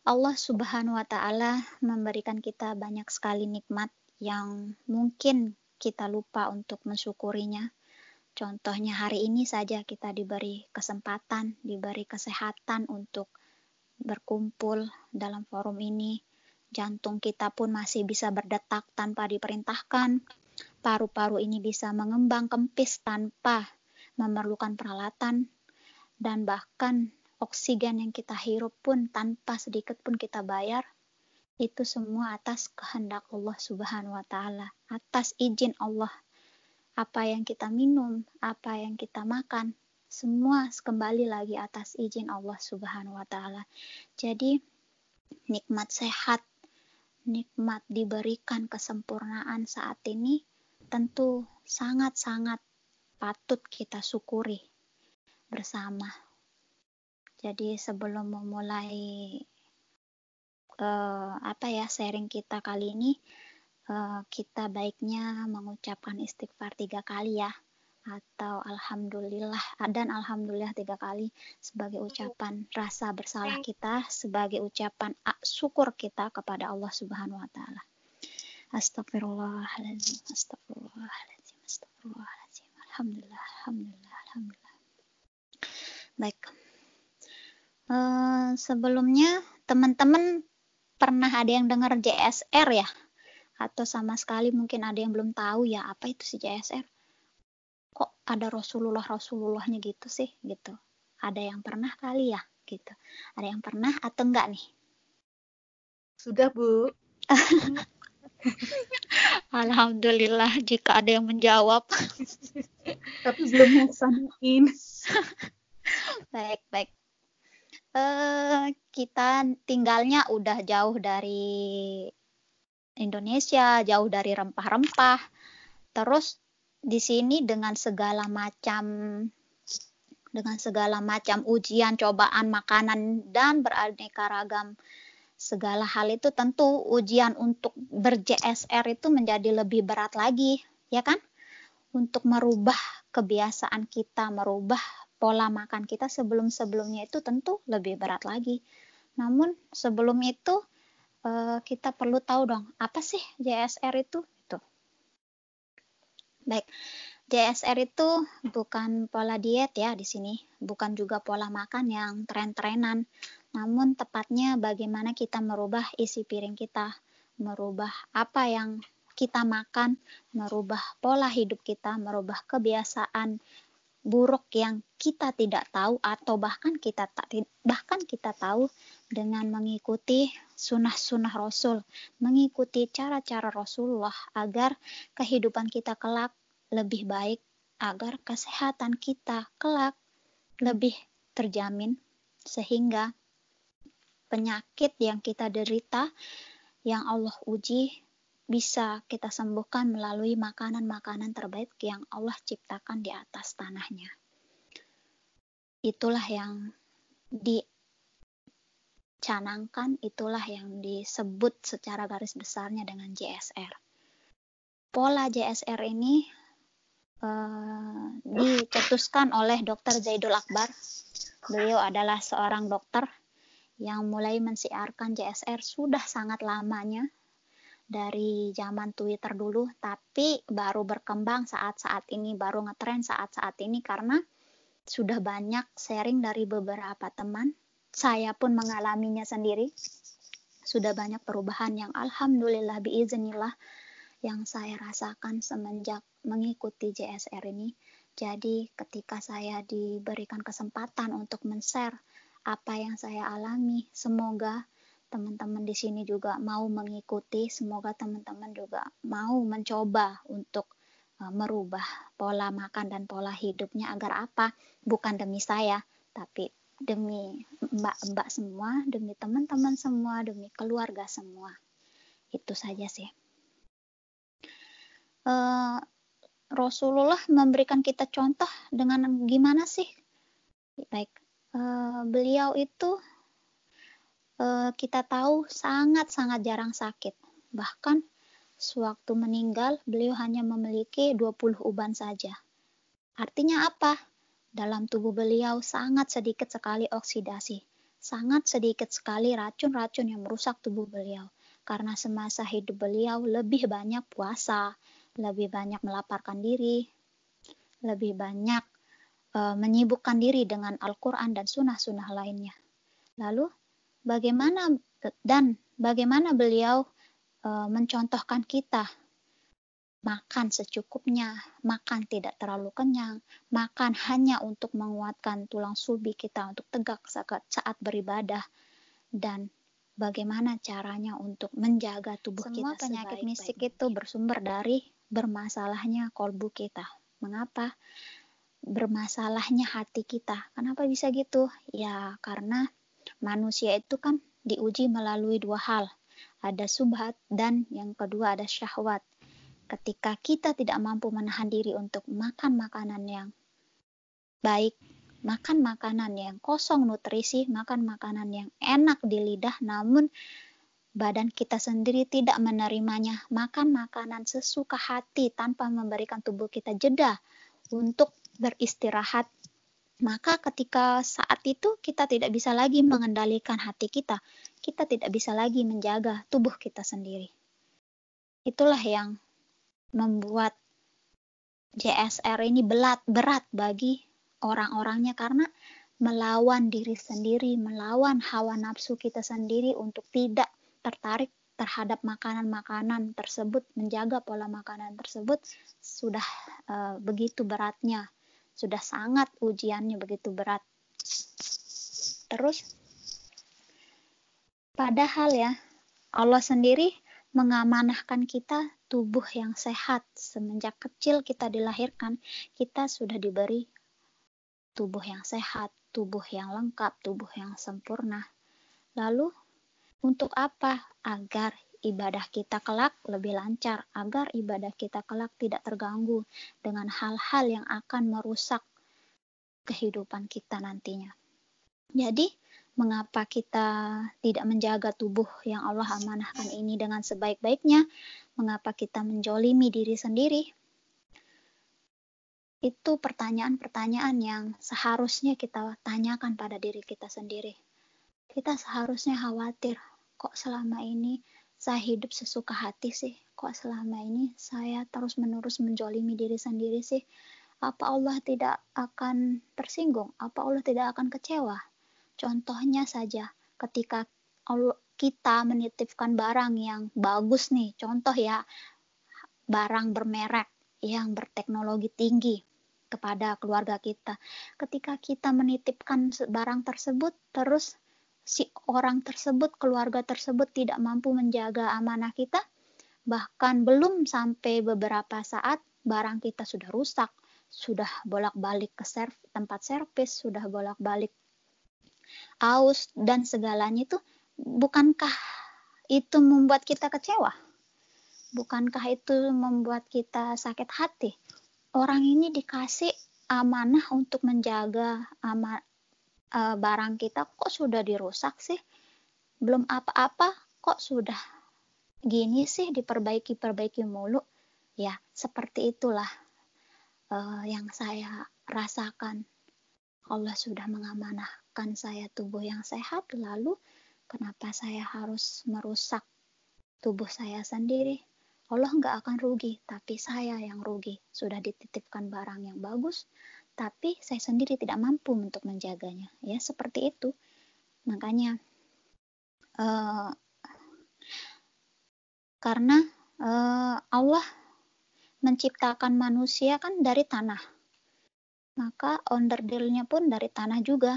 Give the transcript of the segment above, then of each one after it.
Allah Subhanahu wa Ta'ala memberikan kita banyak sekali nikmat yang mungkin kita lupa untuk mensyukurinya. Contohnya hari ini saja kita diberi kesempatan, diberi kesehatan untuk berkumpul dalam forum ini. Jantung kita pun masih bisa berdetak tanpa diperintahkan. Paru-paru ini bisa mengembang kempis tanpa memerlukan peralatan. Dan bahkan oksigen yang kita hirup pun tanpa sedikit pun kita bayar, itu semua atas kehendak Allah Subhanahu wa Ta'ala, atas izin Allah. Apa yang kita minum, apa yang kita makan, semua kembali lagi atas izin Allah Subhanahu wa Ta'ala. Jadi nikmat sehat, nikmat diberikan kesempurnaan saat ini tentu sangat-sangat patut kita syukuri bersama. Jadi sebelum memulai sharing kita kali ini, kita baiknya mengucapkan istighfar 3 kali ya, atau alhamdulillah, dan alhamdulillah 3 kali sebagai ucapan rasa bersalah kita, sebagai ucapan syukur kita kepada Allah Subhanahu wa Ta'ala. Astagfirullahaladzim, astagfirullahaladzim, astagfirullahaladzim, alhamdulillah, alhamdulillah, alhamdulillah. Baik. Sebelumnya teman-teman pernah ada yang dengar JSR ya? Atau sama sekali mungkin ada yang belum tahu ya, apa itu si JSR? Kok ada Rasulullah-Rasulullahnya gitu sih? Gitu. Ada yang pernah kali ya? Gitu. Ada yang pernah atau enggak nih? Sudah, Bu. Alhamdulillah jika ada yang menjawab. Tapi belum ngeksanain. Baik. Kita tinggalnya udah jauh dari Indonesia, jauh dari rempah-rempah. Terus di sini dengan segala macam ujian, cobaan, makanan dan beraneka ragam segala hal itu, tentu ujian untuk ber-JSR itu menjadi lebih berat lagi, ya kan? Untuk merubah kebiasaan kita, merubah pola makan kita sebelum-sebelumnya itu tentu lebih berat lagi. Namun sebelum itu kita perlu tahu dong, apa sih JSR itu? Baik, JSR itu bukan pola diet ya di sini, bukan juga pola makan yang tren-trenan, namun tepatnya bagaimana kita merubah isi piring kita, merubah apa yang kita makan, merubah pola hidup kita, merubah kebiasaan buruk yang kita tidak tahu atau bahkan kita tahu dengan mengikuti sunnah-sunnah Rasul, mengikuti cara-cara Rasulullah agar kehidupan kita kelak lebih baik, agar kesehatan kita kelak lebih terjamin, sehingga penyakit yang kita derita, yang Allah uji, bisa kita sembuhkan melalui makanan-makanan terbaik yang Allah ciptakan di atas tanahnya. Itulah yang dicanangkan, itulah yang disebut secara garis besarnya dengan JSR. Pola JSR ini dicetuskan oleh Dr. Zaidul Akbar. Beliau adalah seorang dokter yang mulai mensiarkan JSR sudah sangat lamanya, dari zaman Twitter dulu, tapi baru berkembang saat-saat ini, baru ngetren saat-saat ini karena sudah banyak sharing dari beberapa teman. Saya pun mengalaminya sendiri. Sudah banyak perubahan yang alhamdulillah biiznillah yang saya rasakan semenjak mengikuti JSR ini. Jadi ketika saya diberikan kesempatan untuk men-share apa yang saya alami, semoga teman-teman di sini juga mau mengikuti, semoga teman-teman juga mau mencoba untuk merubah pola makan dan pola hidupnya agar apa? Bukan demi saya, tapi demi mbak-mbak semua, demi teman-teman semua, demi keluarga semua. Itu saja sih. Rasulullah memberikan kita contoh dengan gimana sih? Baik, beliau itu kita tahu sangat-sangat jarang sakit. Bahkan sewaktu meninggal, beliau hanya memiliki 20 uban saja. Artinya apa? Dalam tubuh beliau sangat sedikit sekali oksidasi. sangat sedikit sekali racun-racun yang merusak tubuh beliau. Karena semasa hidup beliau lebih banyak puasa, lebih banyak melaparkan diri, lebih banyak menyibukkan diri dengan Al-Quran dan sunnah-sunnah lainnya. Lalu bagaimana beliau mencontohkan kita makan secukupnya, makan tidak terlalu kenyang, makan hanya untuk menguatkan tulang sulbi kita untuk tegak saat beribadah, dan bagaimana caranya untuk menjaga tubuh kita. Semua penyakit mistik itu bersumber dari bermasalahnya kolbu kita. Mengapa? Bermasalahnya hati kita. Kenapa bisa gitu? Ya, karena manusia itu kan diuji melalui dua hal. Ada subhat dan yang kedua ada syahwat. Ketika kita tidak mampu menahan diri untuk makan makanan yang baik, makan makanan yang kosong nutrisi, makan makanan yang enak di lidah, namun badan kita sendiri tidak menerimanya, makan makanan sesuka hati tanpa memberikan tubuh kita jeda untuk beristirahat, maka ketika saat itu kita tidak bisa lagi mengendalikan hati kita tidak bisa lagi menjaga tubuh kita sendiri. Itulah yang membuat JSR ini berat bagi orang-orangnya, karena melawan diri sendiri, melawan hawa nafsu kita sendiri untuk tidak tertarik terhadap makanan-makanan tersebut, menjaga pola makanan tersebut sudah begitu beratnya, sudah sangat ujiannya begitu berat. Terus padahal ya Allah sendiri mengamanahkan kita tubuh yang sehat. Semenjak kecil kita dilahirkan, kita sudah diberi tubuh yang sehat, tubuh yang lengkap, tubuh yang sempurna. Lalu untuk apa? Agar ibadah kita kelak lebih lancar, agar ibadah kita kelak tidak terganggu dengan hal-hal yang akan merusak kehidupan kita nantinya. Jadi mengapa kita tidak menjaga tubuh yang Allah amanahkan ini dengan sebaik-baiknya? Mengapa kita menjolimi diri sendiri? Itu pertanyaan-pertanyaan yang seharusnya kita tanyakan pada diri kita sendiri. Kita seharusnya khawatir, kok selama ini saya hidup sesuka hati sih? Kok selama ini saya terus-menerus menjolimi diri sendiri sih? Apa Allah tidak akan tersinggung? Apa Allah tidak akan kecewa? Contohnya saja, ketika kita menitipkan barang yang bagus nih, contoh ya, barang bermerek yang berteknologi tinggi kepada keluarga kita. Ketika kita menitipkan barang tersebut, terus si orang tersebut, keluarga tersebut tidak mampu menjaga amanah kita, bahkan belum sampai beberapa saat, barang kita sudah rusak, sudah bolak-balik ke tempat servis, sudah bolak-balik aus dan segalanya itu, bukankah itu membuat kita kecewa? Bukankah itu membuat kita sakit hati? Orang ini dikasih amanah untuk menjaga barang kita, kok sudah dirusak sih? Belum apa-apa kok sudah gini sih, diperbaiki mulu. Ya, seperti itulah yang saya rasakan. Allah sudah mengamanahkan saya tubuh yang sehat, lalu kenapa saya harus merusak tubuh saya sendiri? Allah nggak akan rugi, tapi saya yang rugi. Sudah dititipkan barang yang bagus, tapi saya sendiri tidak mampu untuk menjaganya. Ya, seperti itu. Makanya, karena Allah menciptakan manusia kan dari tanah, maka onderdilnya pun dari tanah juga.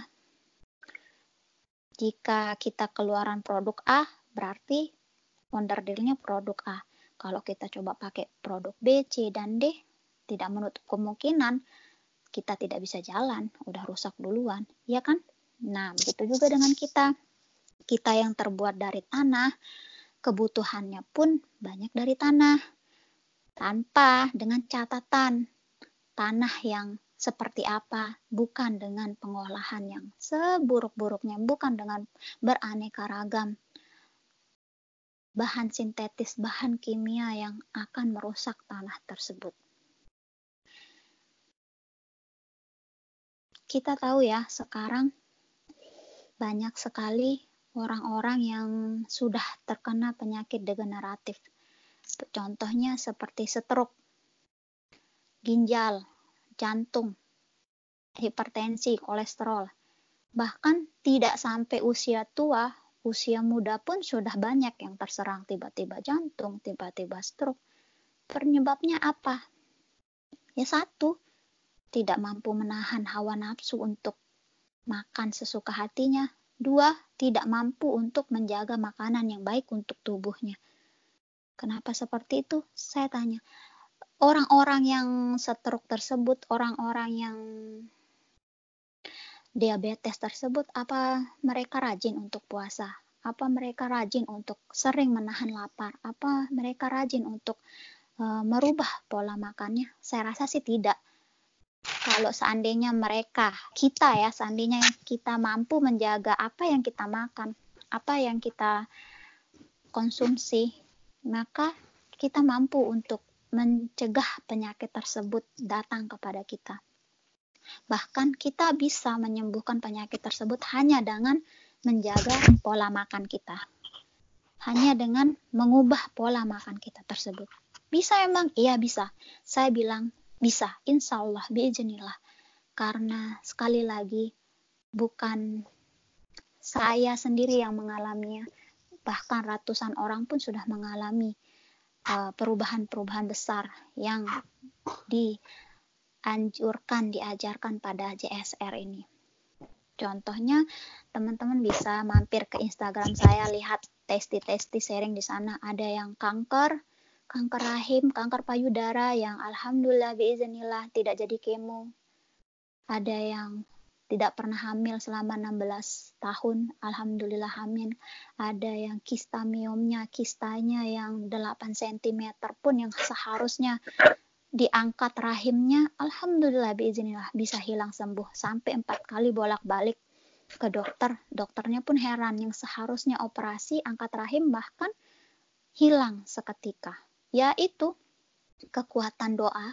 Jika kita keluaran produk A, berarti onderdilnya produk A. Kalau kita coba pakai produk B, C, dan D, tidak menutup kemungkinan kita tidak bisa jalan, udah rusak duluan, ya kan? Nah, begitu juga dengan kita. Kita yang terbuat dari tanah, kebutuhannya pun banyak dari tanah. Tanpa dengan catatan tanah yang seperti apa, bukan dengan pengolahan yang seburuk-buruknya, bukan dengan beraneka ragam bahan sintetis, bahan kimia yang akan merusak tanah tersebut. Kita tahu ya, sekarang banyak sekali orang-orang yang sudah terkena penyakit degeneratif. Contohnya seperti stroke, ginjal, jantung, hipertensi, kolesterol. Bahkan tidak sampai usia tua, usia muda pun sudah banyak yang terserang tiba-tiba jantung, tiba-tiba stroke. Penyebabnya apa? Ya satu, tidak mampu menahan hawa nafsu untuk makan sesuka hatinya. Dua, tidak mampu untuk menjaga makanan yang baik untuk tubuhnya. Kenapa seperti itu? Saya tanya. Orang-orang yang stroke tersebut, orang-orang yang diabetes tersebut, apa mereka rajin untuk puasa? Apa mereka rajin untuk sering menahan lapar? Apa mereka rajin untuk merubah pola makannya? Saya rasa sih tidak. Kalau seandainya seandainya kita mampu menjaga apa yang kita makan, apa yang kita konsumsi, maka kita mampu untuk mencegah penyakit tersebut datang kepada kita. Bahkan kita bisa menyembuhkan penyakit tersebut hanya dengan menjaga pola makan kita. Hanya dengan mengubah pola makan kita tersebut. Bisa emang? Iya bisa. Saya bilang bisa. Insya Allah, biiznillah. Karena sekali lagi, bukan saya sendiri yang mengalaminya. Bahkan ratusan orang pun sudah mengalami perubahan-perubahan besar yang diajarkan pada JSR ini. Contohnya, teman-teman bisa mampir ke Instagram saya, lihat testi sharing di sana. Ada yang kanker rahim, kanker payudara yang alhamdulillah biiznillah tidak jadi kemo. Ada yang tidak pernah hamil selama 16 tahun, alhamdulillah hamil. Ada yang kistanya yang 8 cm pun yang seharusnya diangkat rahimnya, alhamdulillah biiznillah bisa hilang sembuh. Sampai 4 kali bolak-balik ke dokter. Dokternya pun heran, yang seharusnya operasi angkat rahim bahkan hilang seketika. Yaitu kekuatan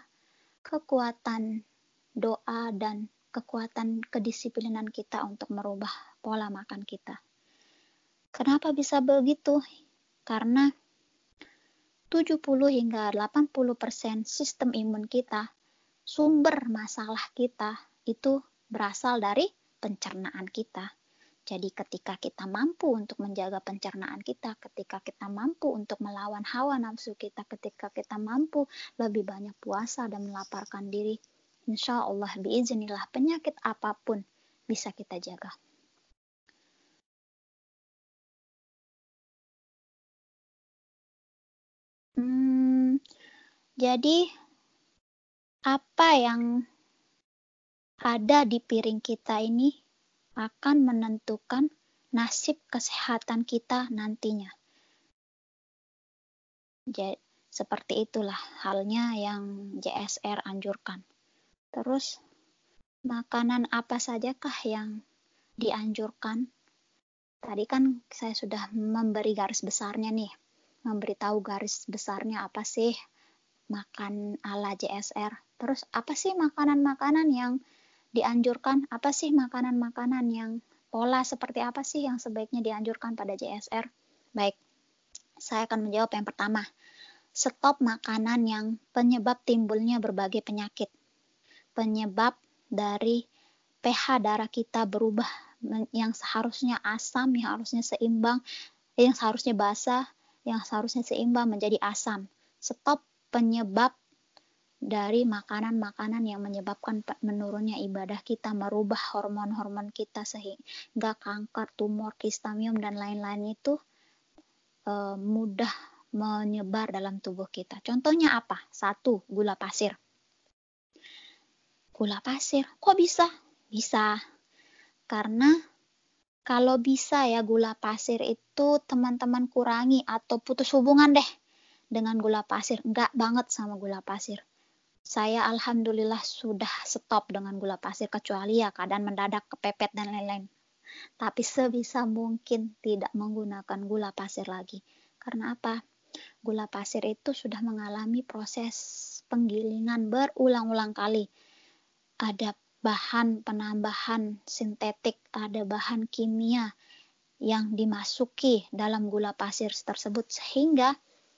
doa dan kekuatan kedisiplinan kita untuk merubah pola makan kita. Kenapa bisa begitu? Karena 70 hingga 80% sistem imun kita, sumber masalah kita itu berasal dari pencernaan kita. Jadi ketika kita mampu untuk menjaga pencernaan kita, ketika kita mampu untuk melawan hawa nafsu kita, ketika kita mampu lebih banyak puasa dan melaparkan diri, insya Allah biiznillah penyakit apapun bisa kita jaga. Jadi apa yang ada di piring kita ini akan menentukan nasib kesehatan kita nantinya. Jadi, seperti itulah halnya yang JSR anjurkan. Terus, makanan apa sajakah yang dianjurkan? Tadi kan saya sudah memberi garis besarnya nih. Memberitahu garis besarnya apa sih makan ala JSR. Terus, apa sih makanan-makanan yang dianjurkan? Apa sih makanan-makanan yang pola seperti apa sih yang sebaiknya dianjurkan pada JSR? Baik, saya akan menjawab yang pertama. Stop makanan yang penyebab timbulnya berbagai penyakit. Penyebab dari pH darah kita berubah, yang seharusnya asam, yang harusnya seimbang, yang seharusnya basa, yang seharusnya seimbang menjadi asam. Stop penyebab dari makanan-makanan yang menyebabkan menurunnya ibadah kita, merubah hormon-hormon kita sehingga kanker, tumor, kistamium, dan lain-lain itu mudah menyebar dalam tubuh kita. Contohnya apa? 1, gula pasir. Gula pasir, kok bisa? Bisa. Karena kalau bisa ya gula pasir itu teman-teman kurangi atau putus hubungan deh dengan gula pasir. Enggak banget sama gula pasir. Saya alhamdulillah sudah stop dengan gula pasir, kecuali ya keadaan mendadak, kepepet dan lain-lain. Tapi sebisa mungkin tidak menggunakan gula pasir lagi. Karena apa? Gula pasir itu sudah mengalami proses penggilingan berulang-ulang kali. Ada bahan penambahan sintetik, ada bahan kimia yang dimasuki dalam gula pasir tersebut, sehingga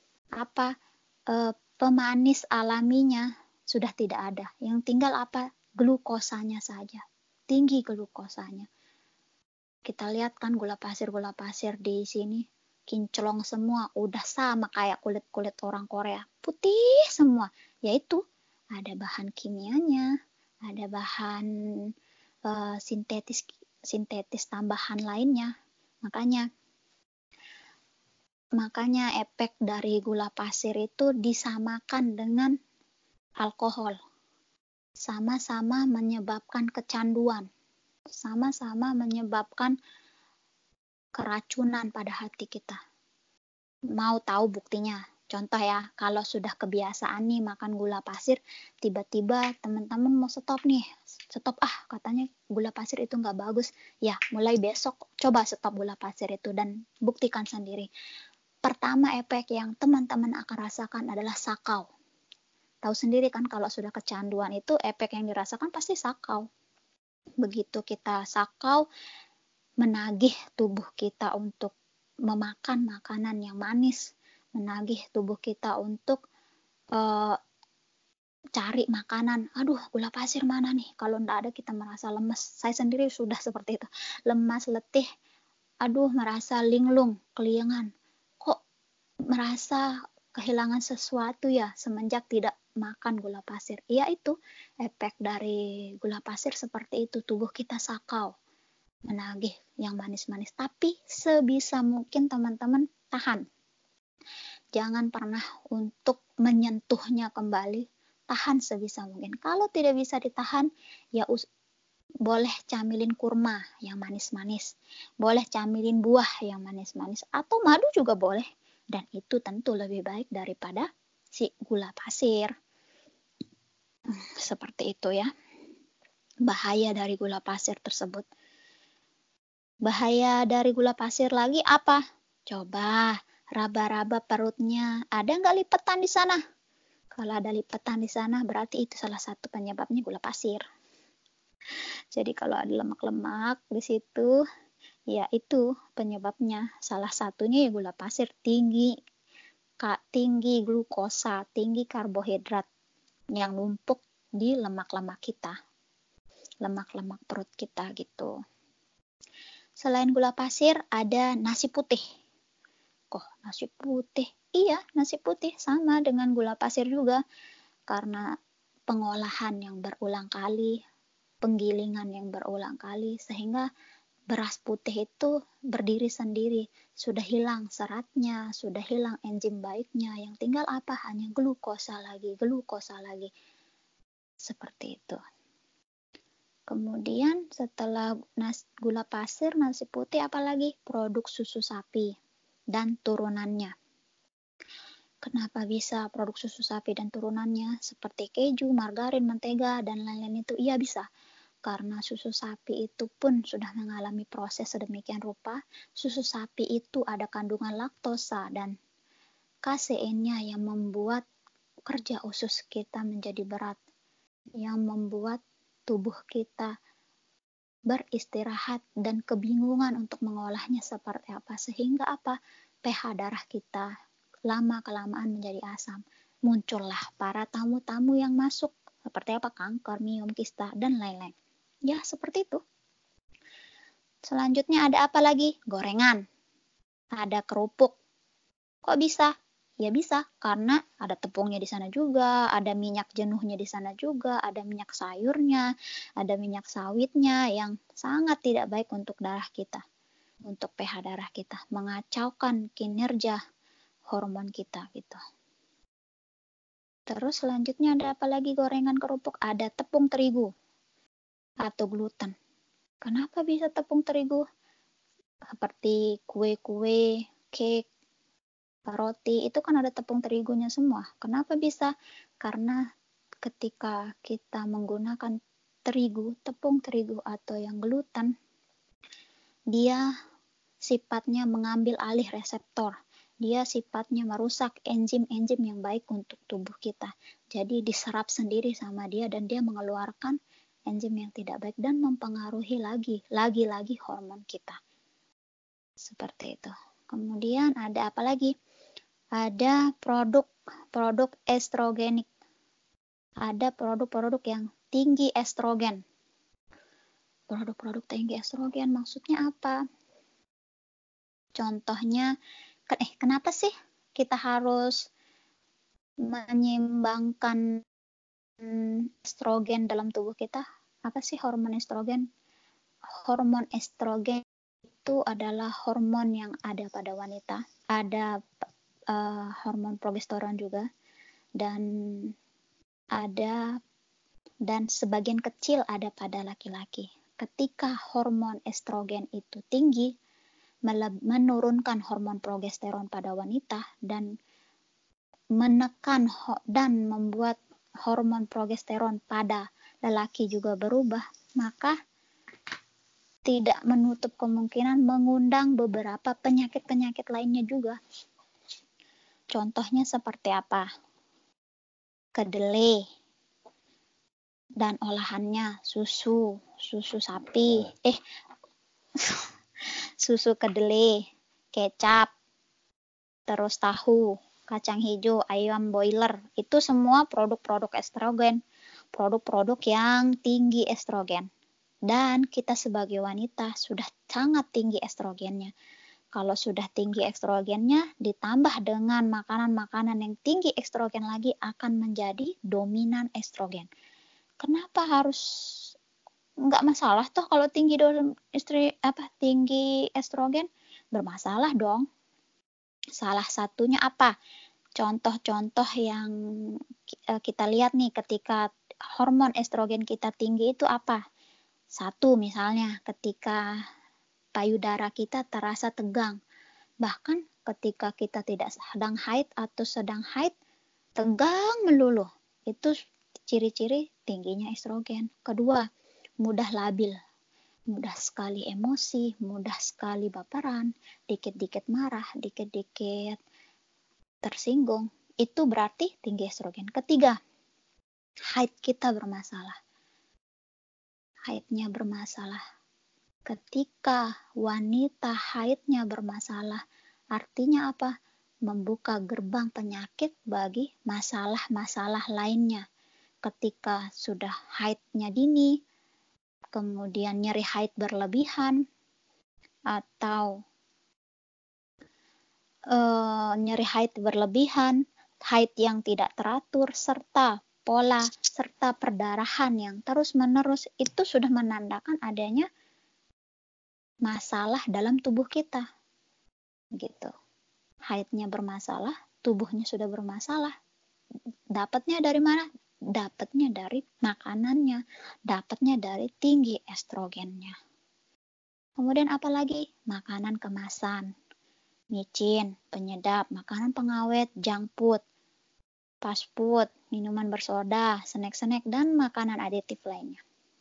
pemanis alaminya sudah tidak ada. Yang tinggal glukosanya saja, tinggi glukosanya. Kita lihat kan gula pasir di sini kinclong semua, udah sama kayak kulit orang Korea, putih semua. Yaitu ada bahan kimianya, ada bahan sintetis tambahan lainnya. Makanya efek dari gula pasir itu disamakan dengan alkohol. Sama-sama menyebabkan kecanduan. Sama-sama menyebabkan keracunan pada hati kita. Mau tahu buktinya? Contoh ya, kalau sudah kebiasaan nih makan gula pasir, tiba-tiba teman-teman mau stop nih. Stop katanya gula pasir itu nggak bagus. Ya, mulai besok coba stop gula pasir itu dan buktikan sendiri. Pertama efek yang teman-teman akan rasakan adalah sakau. Tahu sendiri kan kalau sudah kecanduan itu efek yang dirasakan pasti sakau. Begitu kita sakau, menagih tubuh kita untuk memakan makanan yang manis, menagih tubuh kita untuk cari makanan. Aduh, gula pasir mana nih? Kalau enggak ada kita merasa lemes. Saya sendiri sudah seperti itu. Lemas, letih, aduh merasa linglung, keliengan. Kok merasa kehilangan sesuatu ya semenjak tidak makan gula pasir? Iya, itu efek dari gula pasir seperti itu. Tubuh kita sakau, menagih yang manis-manis. Tapi sebisa mungkin teman-teman tahan. Jangan pernah untuk menyentuhnya kembali. Tahan sebisa mungkin. Kalau tidak bisa ditahan, ya boleh camilin kurma yang manis-manis. Boleh camilin buah yang manis-manis. Atau madu juga boleh. Dan itu tentu lebih baik daripada si gula pasir. Seperti itu ya. Bahaya dari gula pasir tersebut. Bahaya dari gula pasir lagi apa? Coba raba-raba perutnya. Ada nggak lipetan di sana? Kalau ada lipetan di sana berarti itu salah satu penyebabnya gula pasir. Jadi kalau ada lemak-lemak di situ, ya itu penyebabnya. Salah satunya ya gula pasir, tinggi glukosa, tinggi karbohidrat yang numpuk di lemak-lemak kita. Lemak-lemak perut kita gitu. Selain gula pasir ada nasi putih. Kok nasi putih? Iya, nasi putih sama dengan gula pasir juga. Karena pengolahan yang berulang kali, penggilingan yang berulang kali, sehingga beras putih itu berdiri sendiri. Sudah hilang seratnya, sudah hilang enzim baiknya. Yang tinggal apa? Hanya glukosa lagi. Seperti itu. Kemudian setelah gula pasir, nasi putih, apalagi produk susu sapi dan turunannya. Kenapa bisa produk susu sapi dan turunannya seperti keju, margarin, mentega, dan lain-lain itu? Iya bisa. Karena susu sapi itu pun sudah mengalami proses sedemikian rupa. Susu sapi itu ada kandungan laktosa dan kaseinnya yang membuat kerja usus kita menjadi berat. Yang membuat tubuh kita beristirahat dan kebingungan untuk mengolahnya seperti apa. Sehingga pH darah kita lama-kelamaan menjadi asam. Muncullah para tamu-tamu yang masuk. Seperti kanker, miom, kista, dan lain-lain. Ya, seperti itu. Selanjutnya ada apa lagi? Gorengan. Ada kerupuk. Kok bisa? Ya bisa, karena ada tepungnya di sana juga, ada minyak jenuhnya di sana juga, ada minyak sayurnya, ada minyak sawitnya yang sangat tidak baik untuk darah kita, untuk pH darah kita, mengacaukan kinerja hormon kita gitu. Terus selanjutnya ada apa lagi gorengan kerupuk? Ada tepung terigu atau gluten. Kenapa bisa tepung terigu? Seperti kue-kue, cake, roti, itu kan ada tepung terigunya semua. Kenapa bisa? Karena ketika kita menggunakan tepung terigu atau yang gluten, dia sifatnya mengambil alih reseptor. Dia sifatnya merusak enzim-enzim yang baik untuk tubuh kita. Jadi diserap sendiri sama dia dan dia mengeluarkan enzim yang tidak baik dan mempengaruhi lagi hormon kita. Seperti itu. Kemudian ada apa lagi? Ada produk estrogenik. Ada produk-produk yang tinggi estrogen. Produk-produk tinggi estrogen maksudnya apa? Contohnya, kenapa sih kita harus menyeimbangkan estrogen dalam tubuh kita? Apa sih hormon estrogen? Hormon estrogen itu adalah hormon yang ada pada wanita. Ada hormon progesteron juga, dan sebagian kecil ada pada laki-laki. Ketika hormon estrogen itu tinggi, menurunkan hormon progesteron pada wanita dan menekan dan membuat hormon progesteron pada lelaki juga berubah, maka tidak menutup kemungkinan mengundang beberapa penyakit-penyakit lainnya juga. Contohnya seperti apa? Kedelai dan olahannya, susu sapi, susu kedelai, kecap, terus tahu, kacang hijau, ayam boiler, itu semua produk-produk estrogen, produk-produk yang tinggi estrogen. Dan kita sebagai wanita sudah sangat tinggi estrogennya. Kalau sudah tinggi estrogennya, ditambah dengan makanan-makanan yang tinggi estrogen lagi, akan menjadi dominan estrogen. Kenapa harus nggak masalah toh kalau tinggi estrogen? Bermasalah dong. Salah satunya apa? Contoh-contoh yang kita lihat nih ketika hormon estrogen kita tinggi itu apa? Satu, misalnya ketika payudara kita terasa tegang. Bahkan ketika kita tidak sedang haid atau sedang haid, tegang melulu. Itu ciri-ciri tingginya estrogen. Kedua, mudah labil. Mudah sekali emosi, mudah sekali baperan, dikit-dikit marah, dikit-dikit tersinggung. Itu berarti tinggi estrogen. Ketiga, haid kita bermasalah. Haidnya bermasalah. Ketika wanita haidnya bermasalah, artinya apa? Membuka gerbang penyakit bagi masalah-masalah lainnya. Ketika sudah haidnya dini, kemudian nyeri haid berlebihan, atau nyeri haid berlebihan, haid yang tidak teratur, serta pola serta perdarahan yang terus-menerus, itu sudah menandakan adanya masalah dalam tubuh kita. Gitu. Haidnya bermasalah, tubuhnya sudah bermasalah. Dapatnya dari mana? Dapatnya dari makanannya, dapatnya dari tinggi estrogennya. Kemudian apalagi? Makanan kemasan, micin, penyedap, makanan pengawet, junk food, fast food, minuman bersoda, snack-snack, dan makanan aditif lainnya.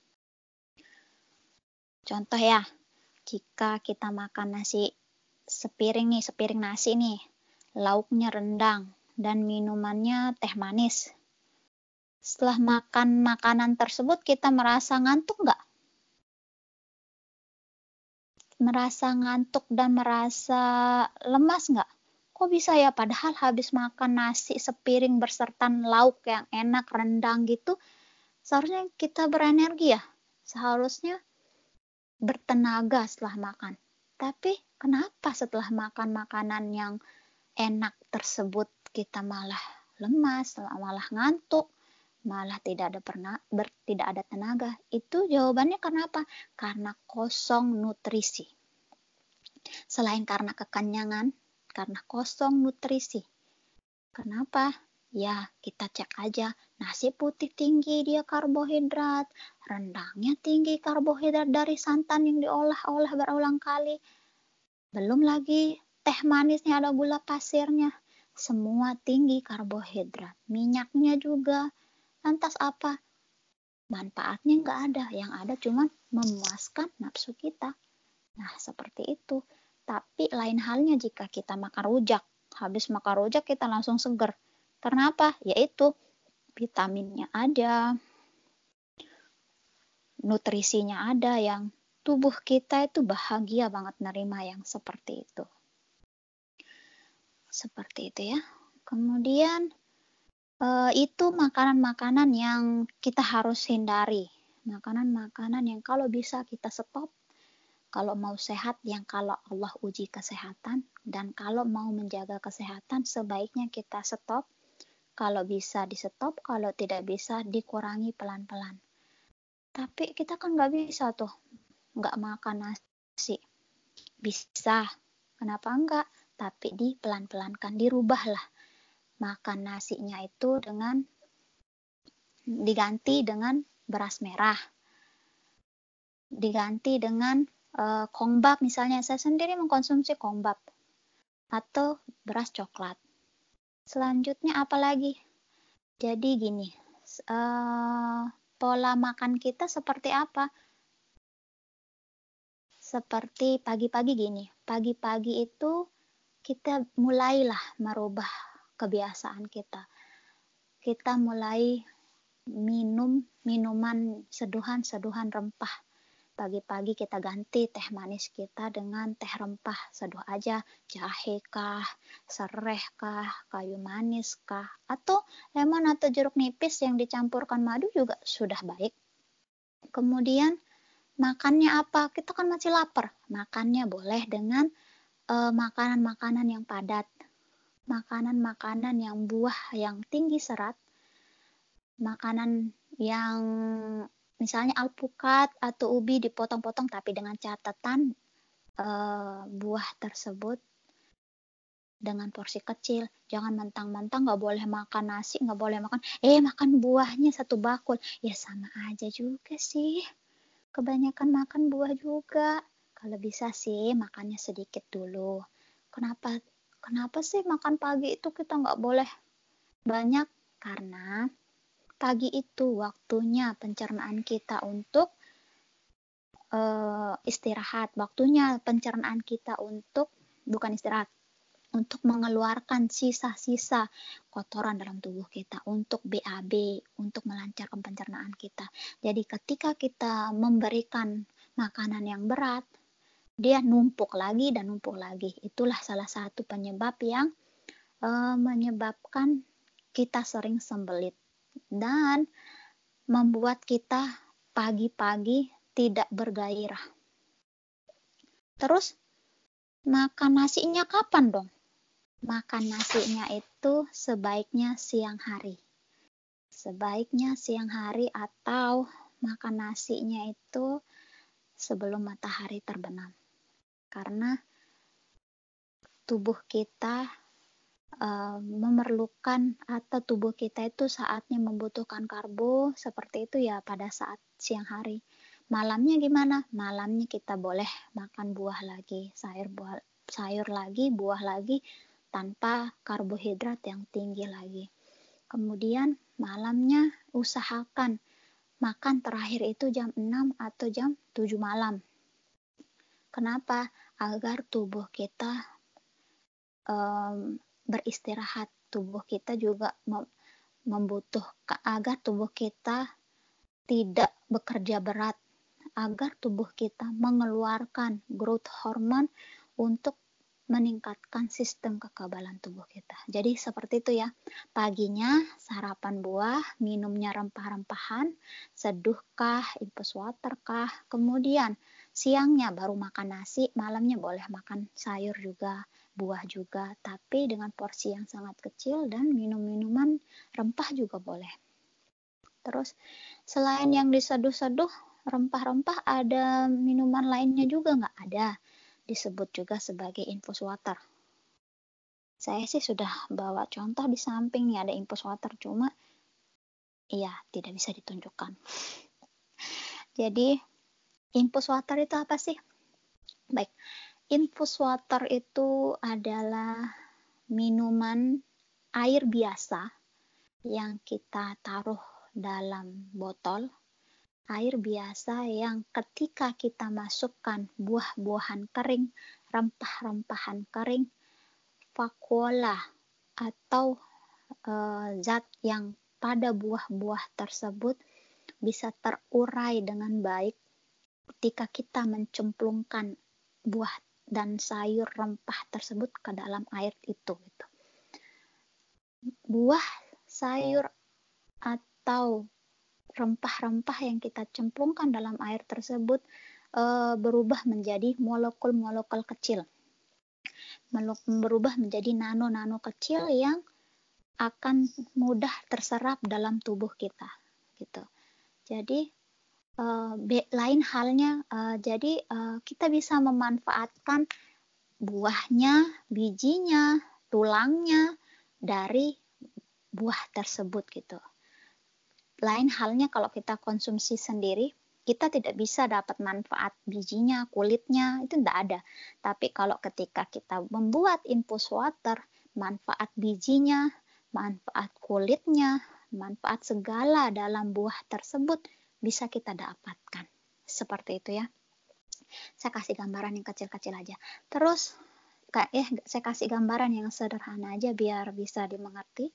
Contoh ya, jika kita makan nasi sepiring nasi nih, lauknya rendang, dan minumannya teh manis. Setelah makan makanan tersebut, kita merasa ngantuk nggak? Merasa ngantuk dan merasa lemas nggak? Kok bisa ya? Padahal habis makan nasi sepiring berserta lauk yang enak, rendang gitu, seharusnya kita berenergi ya. Seharusnya bertenaga setelah makan. Tapi kenapa setelah makan makanan yang enak tersebut kita malah lemas, malah ngantuk, malah tidak ada tenaga? Itu jawabannya kenapa? Karena kosong nutrisi. Selain karena kekenyangan, karena kosong nutrisi. Kenapa? Ya, kita cek aja. Nasi putih tinggi dia karbohidrat, rendangnya tinggi karbohidrat dari santan yang diolah-olah berulang kali. Belum lagi teh manisnya ada gula pasirnya. Semua tinggi karbohidrat. Minyaknya juga. Lantas apa? Manfaatnya nggak ada. Yang ada cuma memuaskan nafsu kita. Nah, seperti itu. Tapi lain halnya jika kita makan rujak. Habis makan rujak kita langsung seger. Kenapa? Yaitu vitaminnya ada, nutrisinya ada, yang tubuh kita itu bahagia banget nerima yang seperti itu. Seperti itu ya. Kemudian itu makanan-makanan yang kita harus hindari. Makanan-makanan yang kalau bisa kita stop. Kalau mau sehat, yang kalau Allah uji kesehatan, dan kalau mau menjaga kesehatan, sebaiknya kita stop. Kalau bisa di stop, kalau tidak bisa dikurangi pelan-pelan. Tapi kita kan nggak bisa tuh, nggak makan nasi. Bisa, kenapa enggak? Tapi dipelan-pelankan, dirubahlah. Makan nasinya itu diganti dengan beras merah. Diganti dengan kongbap misalnya. Saya sendiri mengkonsumsi kongbap atau beras coklat. Selanjutnya apa lagi? Jadi gini, pola makan kita seperti apa? Seperti pagi-pagi gini. Pagi-pagi itu kita mulailah merubah kebiasaan kita. Kita mulai minum minuman seduhan-seduhan rempah. Pagi-pagi kita ganti teh manis kita dengan teh rempah. Seduh aja, jahe kah, sereh kah, kayu manis kah, atau lemon atau jeruk nipis yang dicampurkan madu juga sudah baik. Kemudian makannya apa? Kita kan masih lapar. Makannya boleh dengan makanan-makanan yang padat. Makanan-makanan yang buah yang tinggi serat. Makanan yang misalnya alpukat atau ubi dipotong-potong, tapi dengan catatan buah tersebut dengan porsi kecil. Jangan mentang-mentang nggak boleh makan nasi, nggak boleh makan buahnya satu bakul. Ya sama aja juga sih. Kebanyakan makan buah juga. Kalau bisa sih makannya sedikit dulu. Kenapa sih makan pagi itu kita nggak boleh banyak? Karena pagi itu waktunya pencernaan kita untuk istirahat, waktunya pencernaan kita untuk bukan istirahat, untuk mengeluarkan sisa-sisa kotoran dalam tubuh kita, untuk BAB, untuk melancarkan pencernaan kita. Jadi ketika kita memberikan makanan yang berat, dia numpuk lagi dan numpuk lagi. Itulah salah satu penyebab yang menyebabkan kita sering sembelit dan membuat kita pagi-pagi tidak bergairah. Terus makan nasinya kapan dong? Makan nasinya itu sebaiknya siang hari. Sebaiknya siang hari atau makan nasinya itu sebelum matahari terbenam. Karena tubuh kita memerlukan atau tubuh kita itu saatnya membutuhkan karbo seperti itu ya pada saat siang hari. Malamnya gimana? Malamnya kita boleh makan buah lagi, sayur lagi, buah lagi tanpa karbohidrat yang tinggi lagi. Kemudian malamnya usahakan makan terakhir itu jam 6 atau jam 7 malam. Kenapa? Agar tubuh kita beristirahat. Tubuh kita juga membutuhkan agar tubuh kita tidak bekerja berat, agar tubuh kita mengeluarkan growth hormone untuk meningkatkan sistem kekebalan tubuh kita. Jadi seperti itu ya. Paginya sarapan buah, minumnya rempah-rempahan, seduh kah, infus water kah. Kemudian siangnya baru makan nasi, malamnya boleh makan sayur juga, buah juga, tapi dengan porsi yang sangat kecil, dan minum-minuman rempah juga boleh. Terus selain yang diseduh-seduh rempah-rempah, ada minuman lainnya juga nggak? Ada, disebut juga sebagai infus water. Saya sih sudah bawa contoh di samping nih, ada infus water, cuma iya tidak bisa ditunjukkan. Jadi infus water itu apa sih? Baik, infus water itu adalah minuman air biasa yang kita taruh dalam botol. Air biasa yang ketika kita masukkan buah-buahan kering, rempah-rempahan kering, vakuola atau zat yang pada buah-buah tersebut bisa terurai dengan baik ketika kita mencemplungkan buah dan sayur rempah tersebut ke dalam air itu gitu. Buah, sayur, atau rempah-rempah yang kita cemplungkan dalam air tersebut berubah menjadi molekul-molekul kecil. Berubah menjadi nano-nano kecil yang akan mudah terserap dalam tubuh kita gitu. Jadi lain halnya jadi kita bisa memanfaatkan buahnya, bijinya, tulangnya dari buah tersebut gitu. Lain halnya kalau kita konsumsi sendiri, kita tidak bisa dapat manfaat bijinya, kulitnya, itu tidak ada. Tapi kalau ketika kita membuat infus water, manfaat bijinya, manfaat kulitnya, manfaat segala dalam buah tersebut bisa kita dapatkan. Seperti itu ya. Saya kasih gambaran yang kecil-kecil aja. Terus, saya kasih gambaran yang sederhana aja biar bisa dimengerti.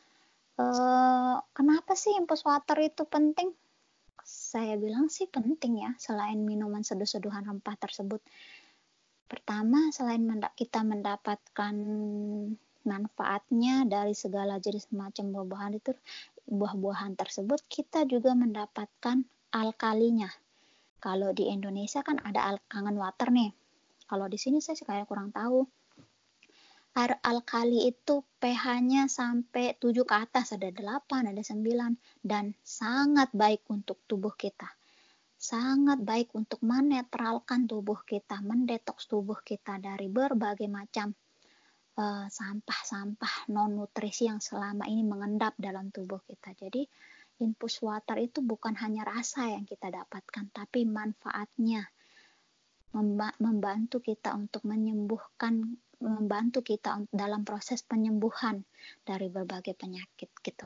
Kenapa sih infus water itu penting? Saya bilang sih penting ya, selain minuman seduh-seduhan rempah tersebut. Pertama, selain kita mendapatkan manfaatnya dari segala jenis macam buah-buahan tersebut, kita juga mendapatkan alkalinya. Kalau di Indonesia kan ada Kangen Water nih. Kalau di sini saya kayak kurang tahu. Air alkali itu pH-nya sampai 7 ke atas, ada 8, ada 9, dan sangat baik untuk tubuh kita. Sangat baik untuk menetralkan tubuh kita, mendetoks tubuh kita dari berbagai macam sampah-sampah non-nutrisi yang selama ini mengendap dalam tubuh kita. Jadi, infus water itu bukan hanya rasa yang kita dapatkan, tapi manfaatnya. Membantu kita untuk membantu kita dalam proses penyembuhan dari berbagai penyakit gitu.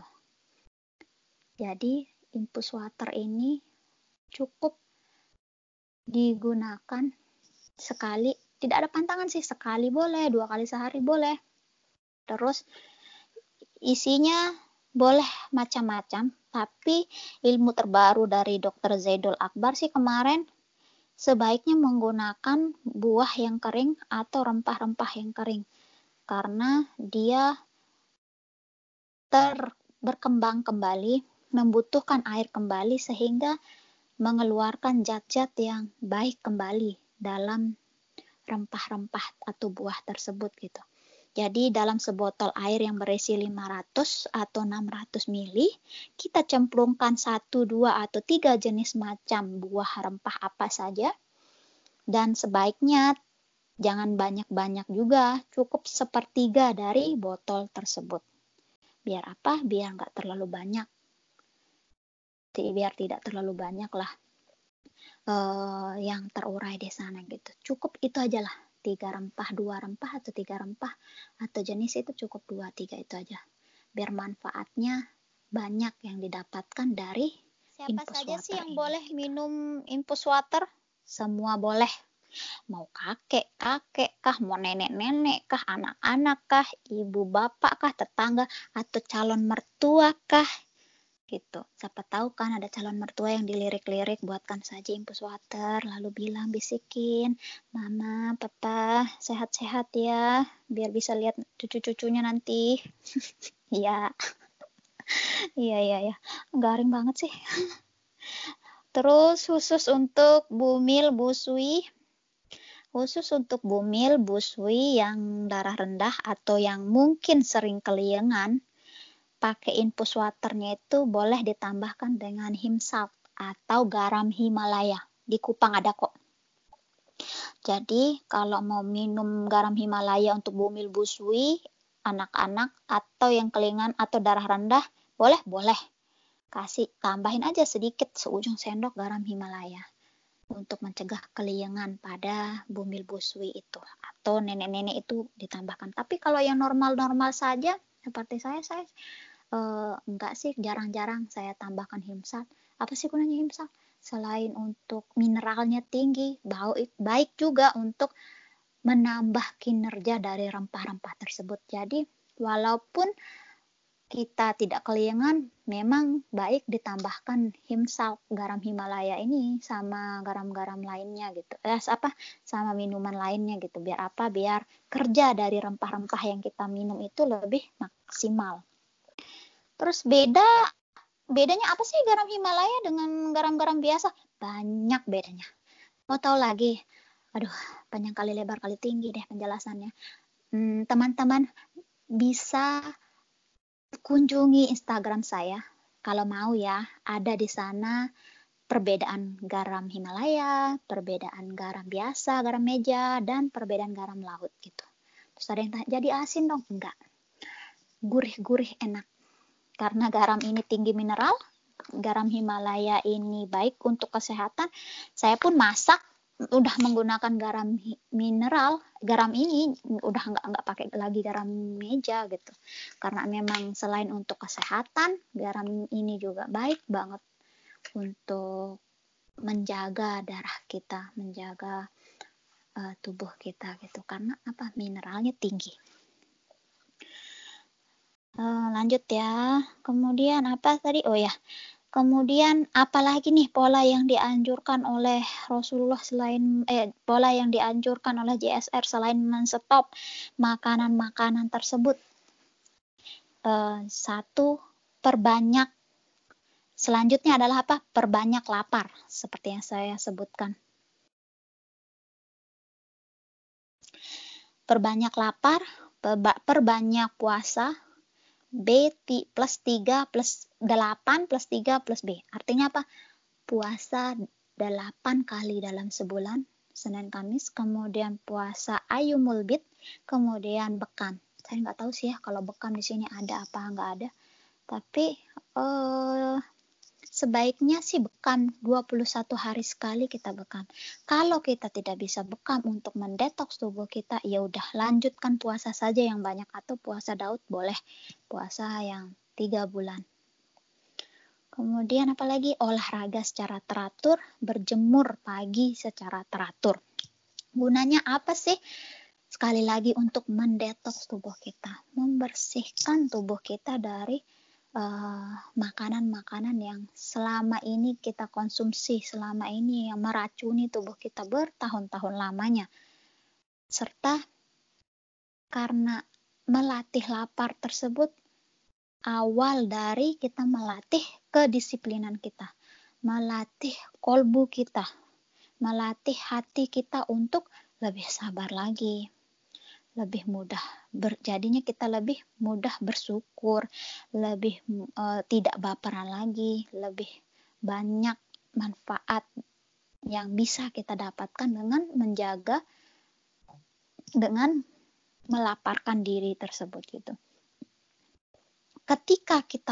Jadi infus water ini cukup digunakan sekali, tidak ada pantangan sih, sekali boleh, 2 kali sehari boleh. Terus isinya boleh macam-macam, tapi ilmu terbaru dari Dr. Zaidul Akbar sih kemarin sebaiknya menggunakan buah yang kering atau rempah-rempah yang kering karena dia berkembang kembali, membutuhkan air kembali sehingga mengeluarkan zat-zat yang baik kembali dalam rempah-rempah atau buah tersebut gitu. Jadi dalam sebotol air yang berisi 500 atau 600 ml, kita cemplungkan 1, 2, atau 3 jenis macam buah rempah apa saja. Dan sebaiknya jangan banyak-banyak juga, cukup 1/3 dari botol tersebut. Biar apa? Biar nggak terlalu banyak. Biar tidak terlalu banyak lah yang terurai di sana gitu. Cukup itu aja lah. 3 rempah, 2 rempah, atau 3 rempah, atau jenis itu cukup 2, 3 itu aja. Biar manfaatnya banyak yang didapatkan dari infus water. Siapa saja sih yang boleh minum infus water? Semua boleh. Mau kakek kah, mau nenek kah, anak-anak kah, ibu bapak kah, tetangga, atau calon mertua kah, gitu. Siapa tahu kan ada calon mertua yang dilirik-lirik, buatkan saja infus water, lalu bilang, bisikin, mama, papa, sehat-sehat ya, biar bisa lihat cucu-cucunya nanti. Iya. Iya. Garing banget sih. Terus khusus untuk bumil, busui yang darah rendah atau yang mungkin sering keliengan, pakai infus waternya itu boleh ditambahkan dengan him salt atau garam Himalaya. Di Kupang ada kok. Jadi kalau mau minum garam Himalaya untuk bumil busui, anak-anak atau yang keliengan atau darah rendah, boleh. Tambahin aja sedikit seujung sendok garam Himalaya untuk mencegah keliengan pada bumil busui itu, atau nenek-nenek itu ditambahkan. Tapi kalau yang normal-normal saja seperti saya enggak sih, jarang-jarang saya tambahkan him salt. Apa sih gunanya him salt? Selain untuk mineralnya tinggi, baik juga untuk menambah kinerja dari rempah-rempah tersebut. Jadi walaupun kita tidak kelingan, memang baik ditambahkan himsal, garam Himalaya ini sama garam-garam lainnya gitu. Sama minuman lainnya gitu. Biar apa? Biar kerja dari rempah-rempah yang kita minum itu lebih maksimal. Terus bedanya apa sih garam Himalaya dengan garam-garam biasa? Banyak bedanya. Mau tahu lagi? Aduh, panjang kali lebar kali tinggi deh penjelasannya. Teman-teman bisa kunjungi Instagram saya. Kalau mau ya, ada di sana perbedaan garam Himalaya, perbedaan garam biasa, garam meja, dan perbedaan garam laut gitu. Terus ada yang tanya, jadi asin dong? Enggak. Gurih-gurih enak. Karena garam ini tinggi mineral, garam Himalaya ini baik untuk kesehatan. Saya pun masak udah menggunakan garam mineral, garam ini udah nggak pakai lagi garam meja gitu, karena memang selain untuk kesehatan, garam ini juga baik banget untuk menjaga darah kita, menjaga tubuh kita gitu, karena apa, mineralnya tinggi. Lanjut ya, kemudian apa tadi, kemudian apalagi nih pola yang dianjurkan oleh Rasulullah pola yang dianjurkan oleh JSR selain menstop makanan-makanan tersebut. Satu, perbanyak. Selanjutnya adalah apa? Perbanyak lapar, seperti yang saya sebutkan. Perbanyak lapar, perbanyak puasa, B plus 3 plus 8 plus 3 plus B. Artinya apa? Puasa 8 kali dalam sebulan, Senin Kamis, kemudian puasa Ayyumul Bid, kemudian bekam. Saya nggak tahu sih ya kalau bekam di sini ada apa nggak ada. Tapi sebaiknya sih bekam 21 hari sekali kita bekam. Kalau kita tidak bisa bekam untuk mendetoks tubuh kita, ya udah lanjutkan puasa saja yang banyak, atau puasa Daud boleh, puasa yang 3 bulan. Kemudian apalagi, olahraga secara teratur, berjemur pagi secara teratur. Gunanya apa sih? Sekali lagi untuk mendetoks tubuh kita, membersihkan tubuh kita dari makanan-makanan yang selama ini kita konsumsi, selama ini yang meracuni tubuh kita bertahun-tahun lamanya. Serta karena melatih lapar tersebut awal dari kita melatih kedisiplinan kita, melatih kolbu kita, melatih hati kita untuk lebih sabar lagi, lebih mudah jadinya kita lebih mudah bersyukur, lebih tidak baperan lagi, lebih banyak manfaat yang bisa kita dapatkan dengan melaparkan diri tersebut gitu. Ketika kita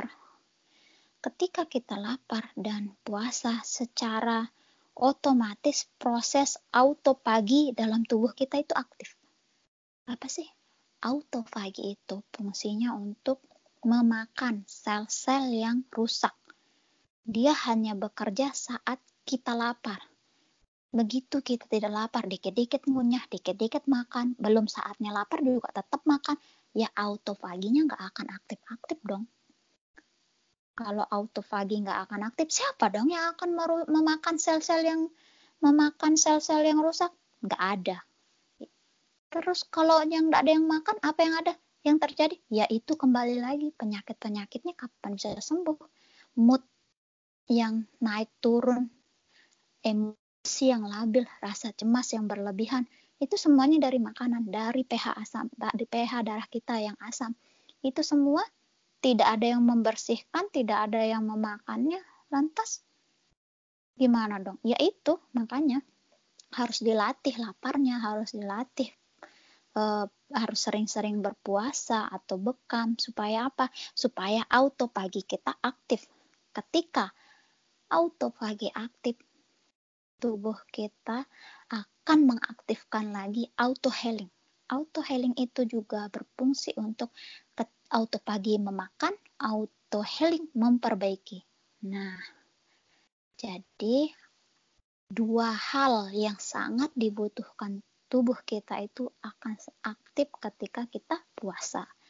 lapar dan puasa, secara otomatis proses autofagi dalam tubuh kita itu aktif. Apa sih? Autofagi itu fungsinya untuk memakan sel-sel yang rusak. Dia hanya bekerja saat kita lapar. Begitu kita tidak lapar, dikit-dikit ngunyah, dikit-dikit makan, belum saatnya lapar juga tetap makan, ya autofaginya nggak akan aktif-aktif dong. Kalau autofagi nggak akan aktif, siapa dong yang akan memakan sel-sel yang rusak? Nggak ada. Terus kalau yang nggak ada yang makan, apa yang ada? Yang terjadi? Yaitu kembali lagi penyakit-penyakitnya kapan bisa sembuh? Mood yang naik turun, emosi yang labil, rasa cemas yang berlebihan, itu semuanya dari makanan, dari pH darah kita yang asam. Itu semua tidak ada yang membersihkan, tidak ada yang memakannya, lantas gimana dong? Itu makanya harus dilatih laparnya, harus dilatih harus sering-sering berpuasa atau bekam. Supaya apa? Supaya autofagi kita aktif. Ketika autofagi aktif, tubuh kita akan mengaktifkan lagi auto-healing. Auto-healing itu juga berfungsi untuk autofagi memakan, auto-healing memperbaiki. Nah, jadi dua hal yang sangat dibutuhkan tubuh kita itu akan aktif ketika kita puasa,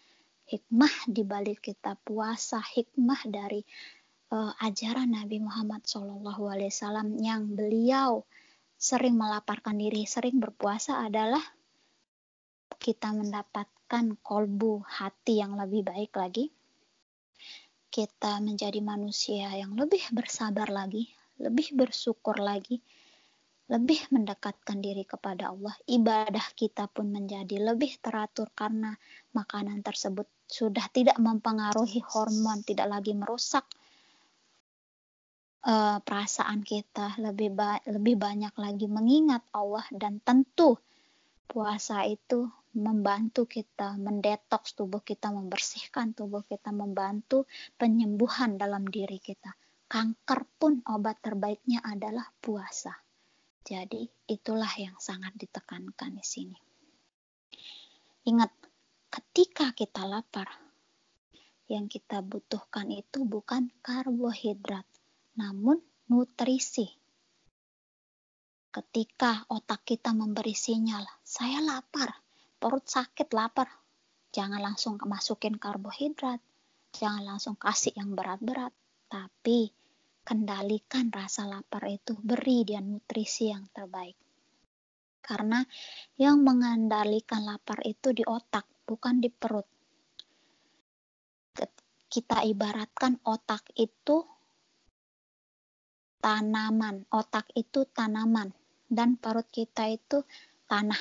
hikmah di balik kita puasa, hikmah dari ajaran Nabi Muhammad SAW yang beliau sering melaparkan diri, sering berpuasa adalah kita mendapatkan kolbu, hati yang lebih baik lagi. Kita menjadi manusia yang lebih bersabar lagi, lebih bersyukur lagi, lebih mendekatkan diri kepada Allah. Ibadah kita pun menjadi lebih teratur karena makanan tersebut sudah tidak mempengaruhi hormon, tidak lagi merusak perasaan kita, lebih banyak lagi mengingat Allah. Dan tentu puasa itu membantu kita mendetoks tubuh kita, membersihkan tubuh kita, membantu penyembuhan dalam diri kita. Kanker pun obat terbaiknya adalah puasa. Jadi itulah yang sangat ditekankan di sini. Ingat, ketika kita lapar, yang kita butuhkan itu bukan karbohidrat, namun nutrisi. Ketika otak kita memberi sinyal, saya lapar, perut sakit, lapar, jangan langsung masukin karbohidrat, jangan langsung kasih yang berat-berat, tapi kendalikan rasa lapar itu, beri dia nutrisi yang terbaik. Karena yang mengendalikan lapar itu di otak, bukan di perut. Kita ibaratkan otak itu tanaman, dan perut kita itu tanah.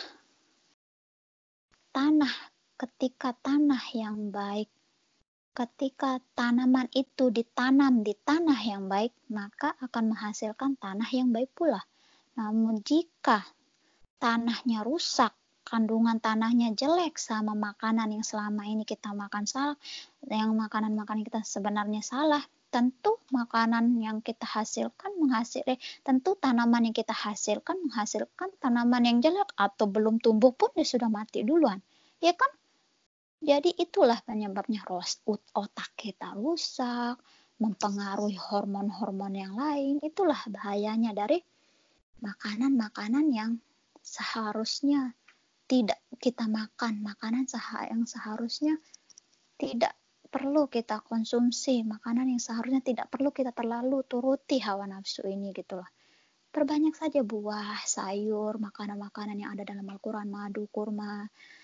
Ketika tanah yang baik, ketika tanaman itu ditanam di tanah yang baik, maka akan menghasilkan tanah yang baik pula. Namun jika tanahnya rusak, kandungan tanahnya jelek sama makanan yang selama ini kita makan salah, yang makanan-makanan kita sebenarnya salah, tentu makanan yang kita hasilkan tentu tanaman yang kita hasilkan menghasilkan tanaman yang jelek, atau belum tumbuh pun dia sudah mati duluan, ya kan? Jadi itulah penyebabnya otak kita rusak, mempengaruhi hormon-hormon yang lain. Itulah bahayanya dari makanan-makanan yang seharusnya tidak kita makan, makanan yang seharusnya tidak perlu kita konsumsi, makanan yang seharusnya tidak perlu kita terlalu turuti hawa nafsu ini gitu loh. Perbanyak saja buah, sayur, makanan-makanan yang ada dalam Al-Quran, madu, kurma,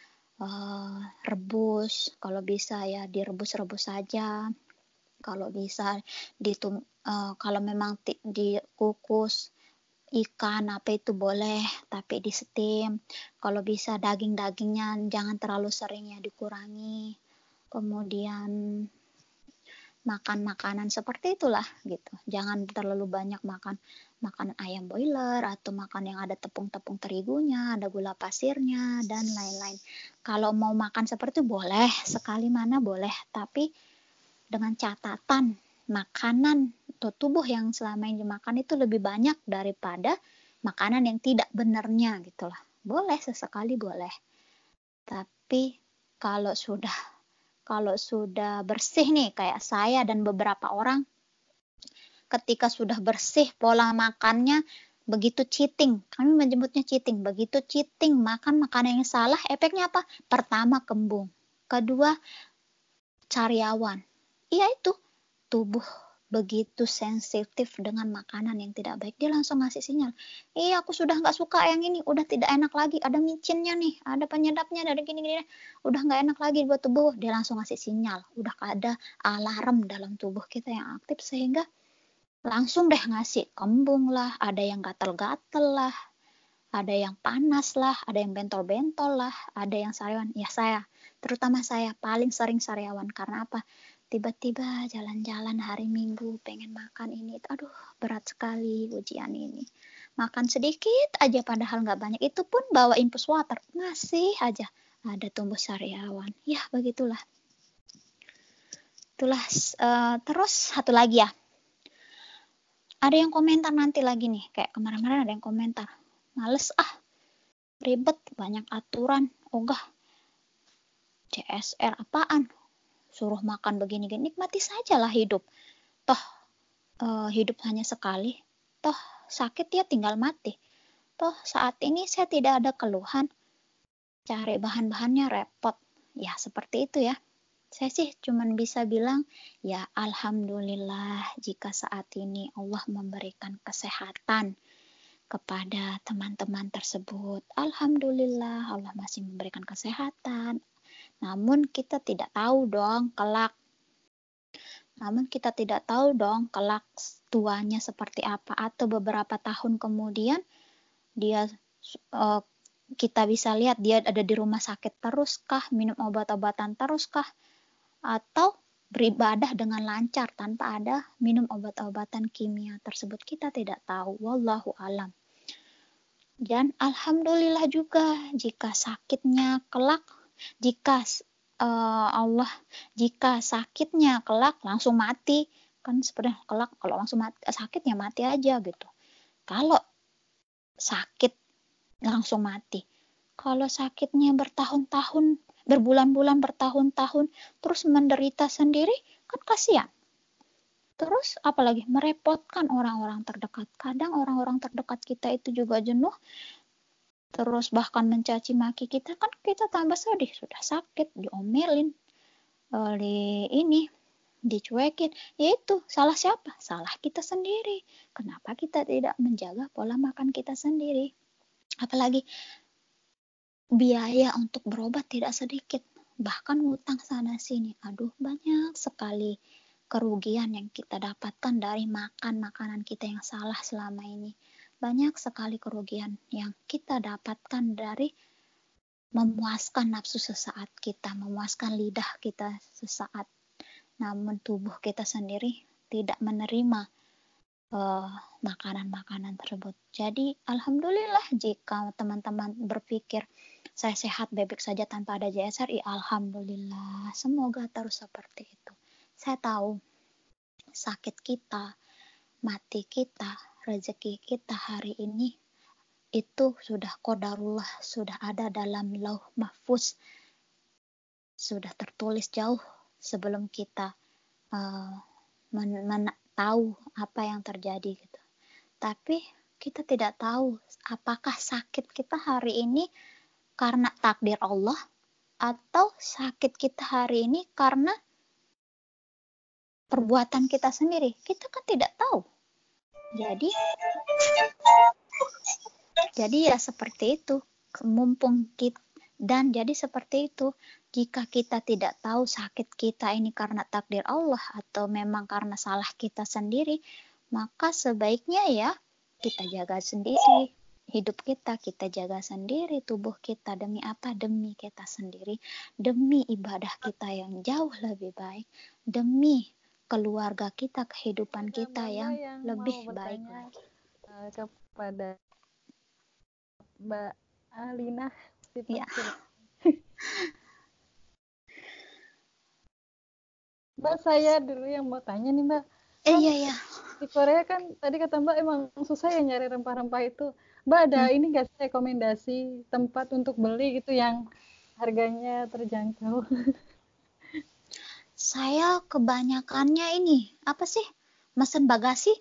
rebus, kalau bisa ya direbus-rebus saja, kalau bisa kalau memang dikukus ikan apa itu boleh, tapi di steam. Kalau bisa daging-dagingnya jangan terlalu sering ya, dikurangi. Kemudian makan makanan seperti itulah gitu. Jangan terlalu banyak makan ayam boiler atau makan yang ada tepung-tepung terigunya, ada gula pasirnya dan lain-lain. Kalau mau makan seperti itu boleh, sekali mana boleh, tapi dengan catatan makanan atau tubuh yang selama ini dimakan itu lebih banyak daripada makanan yang tidak benarnya gitu lah. Boleh sesekali boleh. Tapi kalau sudah bersih nih, kayak saya dan beberapa orang, ketika sudah bersih pola makannya, begitu cheating, kami menyebutnya cheating, begitu cheating makan makanan yang salah, efeknya apa? Pertama kembung, kedua cariawan. Iya itu, tubuh begitu sensitif dengan makanan yang tidak baik, dia langsung ngasih sinyal, aku sudah nggak suka yang ini, udah tidak enak lagi, ada micinnya nih, ada penyedapnya, ada gini-gini, udah nggak enak lagi buat tubuh, dia langsung ngasih sinyal, udah ada alarm dalam tubuh kita yang aktif, sehingga langsung deh ngasih kembung lah, ada yang gatel-gatel lah, ada yang panas lah, ada yang bentol-bentol lah, ada yang sariawan. Ya terutama saya paling sering sariawan. Karena apa? Tiba-tiba jalan-jalan hari Minggu pengen makan ini, aduh berat sekali ujian ini, makan sedikit aja padahal nggak banyak, itu pun bawa infus water masih aja ada tumbuh sariawan. Ya begitulah. Itulah. Terus satu lagi ya, ada yang komentar nanti lagi nih, kayak kemarin-kemarin ada yang komentar, males ribet, banyak aturan, ogah CSR apaan, suruh makan begini-gini, nikmati sajalah hidup. Toh hidup hanya sekali. Toh sakit ya tinggal mati. Toh saat ini saya tidak ada keluhan. Cari bahan-bahannya repot. Ya seperti itu ya. Saya sih cuman bisa bilang, ya alhamdulillah jika saat ini Allah memberikan kesehatan kepada teman-teman tersebut. Alhamdulillah Allah masih memberikan kesehatan. Namun kita tidak tahu dong kelak. Tuanya seperti apa, atau beberapa tahun kemudian dia kita bisa lihat dia ada di rumah sakit teruskah, minum obat-obatan teruskah, atau beribadah dengan lancar tanpa ada minum obat-obatan kimia tersebut. Kita tidak tahu, wallahu alam. Dan alhamdulillah juga jika sakitnya kelak, jika sakitnya kelak langsung mati, kan sebenarnya kelak kalau langsung mati, sakitnya mati aja gitu. Kalau sakit langsung mati, kalau sakitnya bertahun-tahun, berbulan-bulan, bertahun-tahun, terus menderita sendiri, kan kasihan. Terus apalagi merepotkan orang-orang terdekat. Kadang orang-orang terdekat kita itu juga jenuh, terus bahkan mencaci maki kita, kan kita tambah sedih. Sudah sakit, diomelin, dicuekin. Yaitu salah siapa? Salah kita sendiri. Kenapa kita tidak menjaga pola makan kita sendiri? Apalagi biaya untuk berobat tidak sedikit, bahkan hutang sana sini. Aduh, banyak sekali kerugian yang kita dapatkan dari makan makanan kita yang salah selama ini. Banyak sekali kerugian yang kita dapatkan dari memuaskan nafsu sesaat kita, memuaskan lidah kita sesaat, namun tubuh kita sendiri tidak menerima makanan-makanan tersebut. Jadi alhamdulillah jika teman-teman berpikir saya sehat bebek saja tanpa ada JSR, alhamdulillah, semoga terus seperti itu. Saya tahu sakit kita, mati kita, rezeki kita hari ini itu sudah qadarullah, sudah ada dalam lauh mahfuz, sudah tertulis jauh sebelum kita tahu apa yang terjadi gitu. Tapi kita tidak tahu apakah sakit kita hari ini karena takdir Allah atau sakit kita hari ini karena perbuatan kita sendiri. Kita kan tidak tahu. Jadi ya seperti itu. Mumpung kita, dan jadi seperti itu. Jika kita tidak tahu sakit kita ini karena takdir Allah atau memang karena salah kita sendiri, maka sebaiknya ya kita jaga sendiri hidup kita jaga sendiri tubuh kita. Demi apa? Demi kita sendiri, demi ibadah kita yang jauh lebih baik, demi keluarga kita, kehidupan kita yang lebih baik lagi. Kepada Mbak Alina, ya. Mbak, saya dulu yang mau tanya nih Mbak. Iya. Di Korea kan tadi kata Mbak emang susah ya nyari rempah-rempah itu. Mbak ada ini nggak sih rekomendasi tempat untuk beli gitu yang harganya terjangkau? Saya kebanyakannya ini apa sih, mesen bagasi.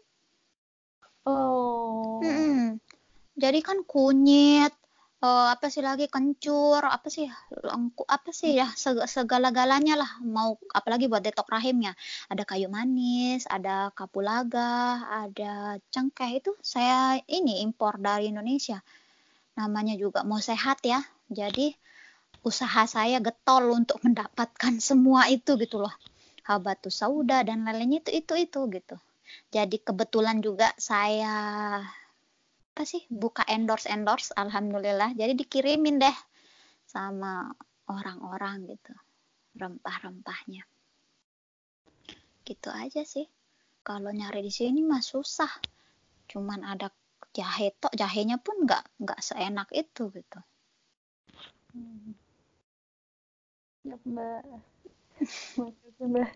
Oh. Jadi kan kunyit, apa sih lagi, kencur, apa sih ya, segala-galanya lah, mau apalagi buat detok rahimnya. Ada kayu manis, ada kapulaga, ada cengkeh, itu saya ini impor dari Indonesia. Namanya juga mau sehat ya. Jadi usaha saya getol untuk mendapatkan semua itu gitu loh. Habatus sauda dan lainnya itu gitu. Jadi kebetulan juga saya buka endorse, alhamdulillah. Jadi dikirimin deh sama orang-orang gitu rempah-rempahnya. Gitu aja sih. Kalau nyari di sini mah susah. Cuman ada jahe tok, jahenya pun nggak seenak itu gitu. Ya Mbak. Makasih Mbak.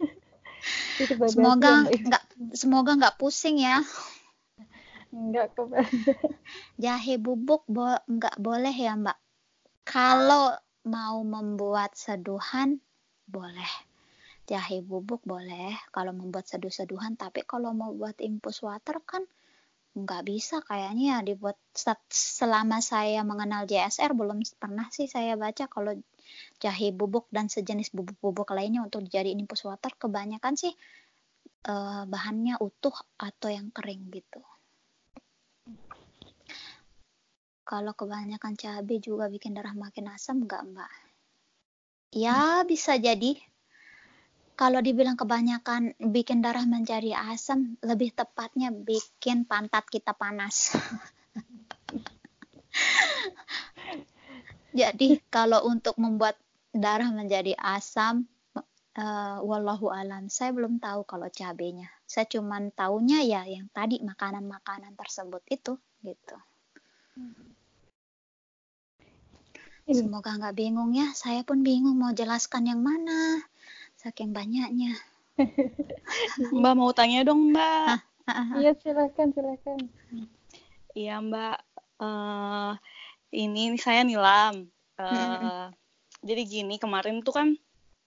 Semoga nggak pusing ya. Enggak kok. Jahe bubuk nggak boleh ya Mbak. Kalau mau membuat seduhan boleh. Jahe bubuk boleh kalau membuat seduh-seduhan. Tapi kalau mau buat infus water kan nggak bisa kayaknya ya dibuat. Selama saya mengenal JSR belum pernah sih saya baca kalau jahe bubuk dan sejenis bubuk-bubuk lainnya untuk dijadiin infus water, kebanyakan sih bahannya utuh atau yang kering gitu. Kalau kebanyakan cabai juga bikin darah makin asam nggak, Mbak? Ya, bisa jadi. Kalau dibilang kebanyakan bikin darah menjadi asam, lebih tepatnya bikin pantat kita panas. Jadi, kalau untuk membuat darah menjadi asam, wallahu alam, saya belum tahu kalau cabenya. Saya cuma taunya ya yang tadi makanan-makanan tersebut itu, gitu. Semoga nggak bingung ya. Saya pun bingung mau jelaskan yang mana. Saking banyaknya. Mbak mau tanya dong, Mbak. Iya, silakan. Iya, Mbak. Ini saya Nilam. Jadi gini, kemarin tuh kan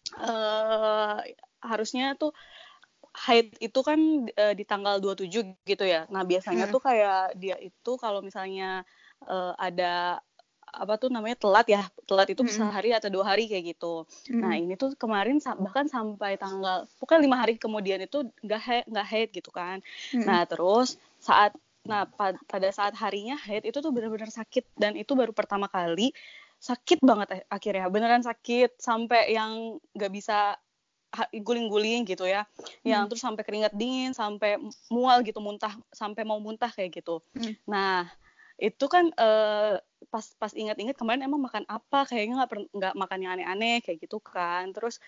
harusnya tuh haid itu kan di tanggal 27 gitu ya. Nah, biasanya tuh kayak dia itu kalau misalnya ada apa tuh namanya telat itu sehari atau 2 hari kayak gitu. Nah, ini tuh kemarin bahkan sampai tanggal pokoknya 5 hari kemudian itu nggak haid gitu kan. Nah, terus pada saat harinya haid itu tuh benar-benar sakit, dan itu baru pertama kali sakit banget akhirnya, beneran sakit sampai yang nggak bisa guling-guling gitu ya, yang terus sampai keringat dingin, sampai mual gitu, muntah, sampai mau muntah kayak gitu. Nah, itu kan pas ingat-ingat kemarin emang makan apa, kayaknya nggak makan yang aneh-aneh kayak gitu kan. Terus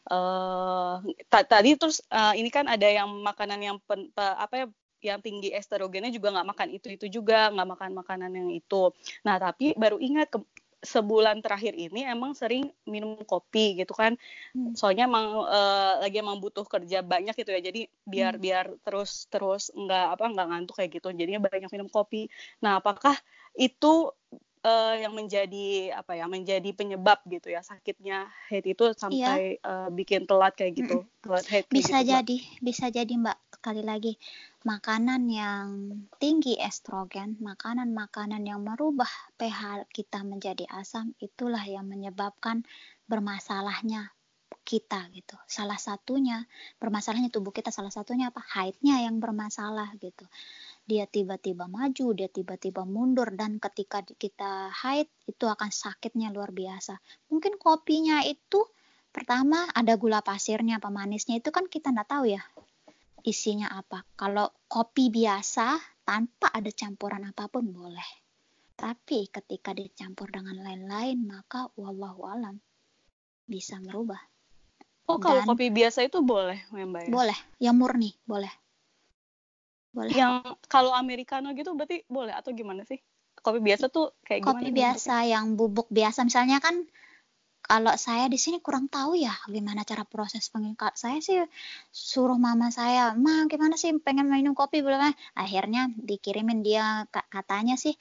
tadi terus ini kan ada yang makanan yang yang tinggi estrogennya juga nggak makan itu juga, nggak makan makanan yang itu. Nah, tapi baru ingat sebulan terakhir ini emang sering minum kopi gitu kan. Soalnya emang butuh kerja banyak gitu ya. Jadi biar terus nggak ngantuk kayak gitu. Jadinya banyak minum kopi. Nah, apakah itu yang menjadi penyebab gitu ya sakitnya haid itu sampai bikin telat kayak gitu. Telat haid kayak Bisa jadi Mbak. Sekali lagi, makanan yang tinggi estrogen, makanan-makanan yang merubah pH kita menjadi asam, itulah yang menyebabkan bermasalahnya kita gitu. Salah satunya bermasalahnya tubuh kita, salah satunya apa? Haidnya yang bermasalah gitu. Dia tiba-tiba maju, dia tiba-tiba mundur, dan ketika kita haid itu akan sakitnya luar biasa. Mungkin kopinya itu pertama ada gula pasirnya, pemanisnya itu kan kita nggak tahu ya isinya apa. Kalau kopi biasa tanpa ada campuran apapun boleh. Tapi ketika dicampur dengan lain-lain, maka wallahu alam bisa merubah. Oh, kalau kopi biasa itu boleh, Mbak ya? Boleh, yang murni boleh. Yang kalau americano gitu berarti boleh atau gimana sih? Kopi biasa tuh kayak gimana? Kopi biasa yang bubuk biasa, misalnya kan. Kalau saya di sini kurang tahu ya gimana cara proses pengikat. Saya sih suruh mama saya, "Ma, gimana sih pengen minum kopi?" Belum. Akhirnya dikirimin, dia katanya sih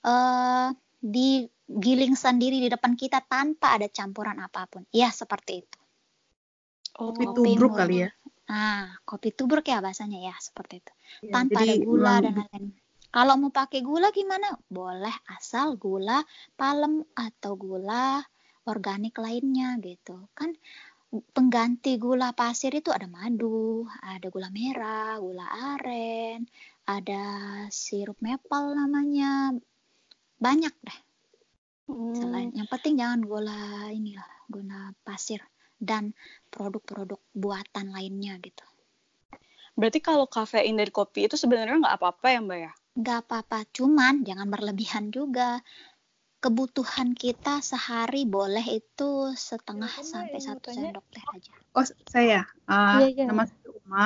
digiling sendiri di depan kita tanpa ada campuran apapun. Ya, seperti itu. Kopi tubruk kali ya. Nah, kopi tubruk ya bahasanya ya, seperti itu. Ya, tanpa ada gula dan lain-lain. Kalau mau pakai gula gimana? Boleh, asal gula palem atau gula organik lainnya gitu kan. Pengganti gula pasir itu ada madu, ada gula merah, gula aren, ada sirup maple namanya, banyak deh. Selain yang penting jangan gula pasir dan produk-produk buatan lainnya gitu. Berarti kalau kafein dari kopi itu sebenarnya nggak apa-apa ya, Mbak ya? Nggak apa-apa, cuman jangan berlebihan juga. Kebutuhan kita sehari boleh itu setengah sampai 1 sendok teh aja. Oh, saya. Nama saya Uma.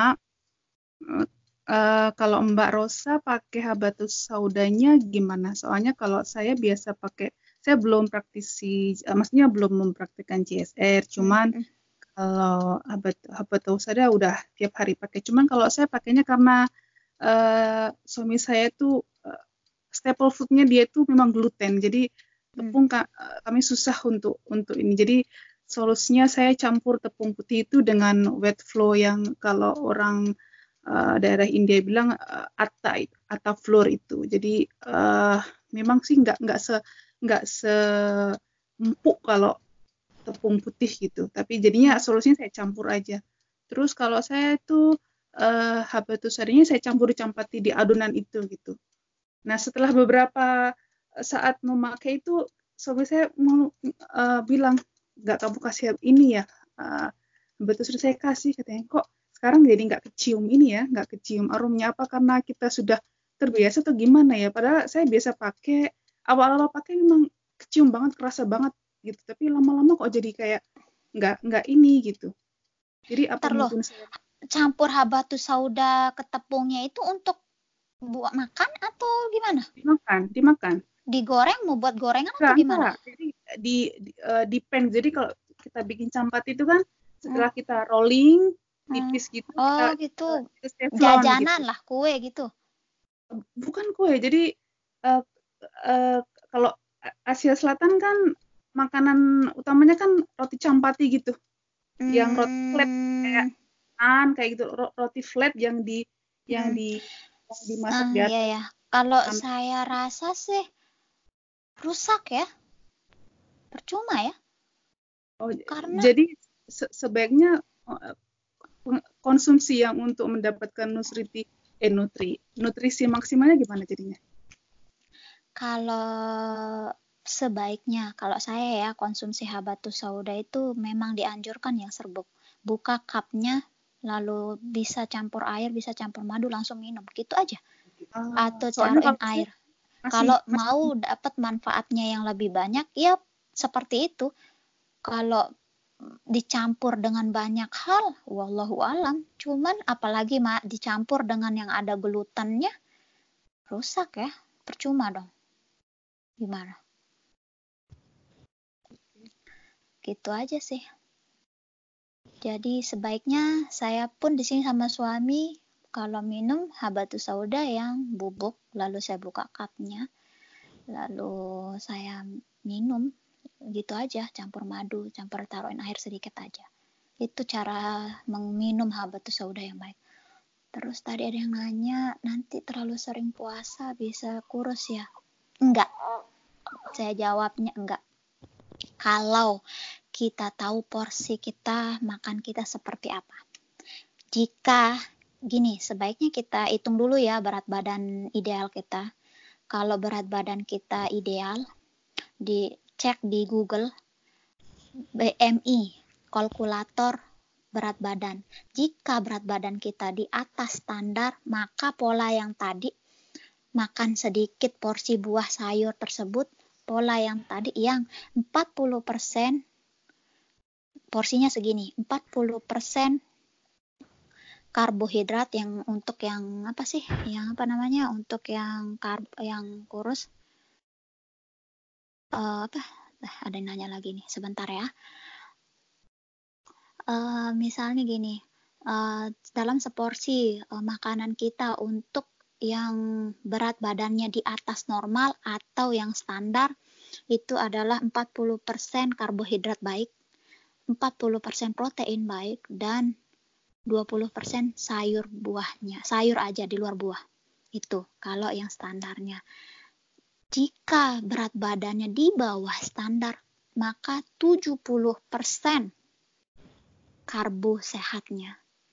Kalau Mbak Rosa pakai habatus saudanya gimana? Soalnya kalau saya biasa pakai, saya belum praktisi, maksudnya belum mempraktikkan CSR, cuman kalau habatus sauda udah tiap hari pakai. Cuman kalau saya pakainya karena suami saya tuh staple foodnya dia itu memang gluten, jadi tepung kami susah untuk ini. Jadi solusinya saya campur tepung putih itu dengan wet flour yang kalau orang daerah India bilang atta flour itu. Jadi memang sih nggak se empuk kalau tepung putih gitu. Tapi jadinya solusinya saya campur aja. Terus kalau saya itu habatus saudanya saya campur campati di adonan itu gitu. Nah setelah beberapa saat memakai itu suami saya mau bilang, nggak kamu kasih ini ya, habatus saudara saya kasih, katanya kok sekarang jadi nggak kecium ini ya, nggak kecium aromanya, apa karena kita sudah terbiasa atau gimana ya? Padahal saya biasa pakai, awal-awal pakai memang kecium banget, kerasa banget gitu, tapi lama-lama kok jadi kayak nggak ini gitu. Jadi apa mungkin saya campur habatus sauda ke tepungnya itu untuk buat makan atau gimana? dimakan. Digoreng, mau buat gorengan atau Enggak. gimana? Jadi di pan. Jadi kalau kita bikin campati itu kan setelah kita rolling tipis gitu, Oh kita gitu, teflon jajanan gitu. lah, kue gitu. Bukan kue. Jadi kalau Asia Selatan kan makanan utamanya kan roti campati gitu. Yang roti flat kayak gitu, roti flat yang dimasak di atas. Iya. Kalau saya rasa sih rusak ya, percuma ya. Oh, karena jadi sebaiknya konsumsi yang untuk mendapatkan nutrisi maksimalnya gimana jadinya? Kalau sebaiknya, kalau saya ya konsumsi habatus sauda itu memang dianjurkan yang serbuk. Buka cupnya, lalu bisa campur air, bisa campur madu, langsung minum, gitu aja. Atau caruin air. Kalau mau dapat manfaatnya yang lebih banyak, ya seperti itu. Kalau dicampur dengan banyak hal, wallahu alam. Cuman apalagi dicampur dengan yang ada glutennya, rusak ya, percuma dong. Gimana? Gitu aja sih. Jadi sebaiknya saya pun di sini sama suami kalau minum habatus sauda yang bubuk, lalu saya buka cupnya, lalu saya minum gitu aja, campur madu, campur taruhin air sedikit aja. Itu cara meminum habatus sauda yang baik. Terus tadi ada yang nanya, nanti terlalu sering puasa bisa kurus ya? Enggak. Saya jawabnya enggak. Kalau kita tahu porsi kita, makan kita seperti apa. Jika gini, sebaiknya kita hitung dulu ya berat badan ideal kita. Kalau berat badan kita ideal, dicek di Google BMI, kalkulator berat badan. Jika berat badan kita di atas standar, maka pola yang tadi, makan sedikit porsi buah sayur tersebut, pola yang tadi yang 40% porsinya segini, 40% karbohidrat yang untuk yang apa sih? Yang apa namanya? Untuk yang yang kurus. Ada yang nanya lagi nih, sebentar ya. Misalnya gini, dalam seporsi makanan kita untuk yang berat badannya di atas normal atau yang standar itu adalah 40% karbohidrat baik, 40% protein baik, dan 20% sayur buahnya, sayur aja di luar buah. Itu kalau yang standarnya. Jika berat badannya di bawah standar, maka 70% karbo sehatnya,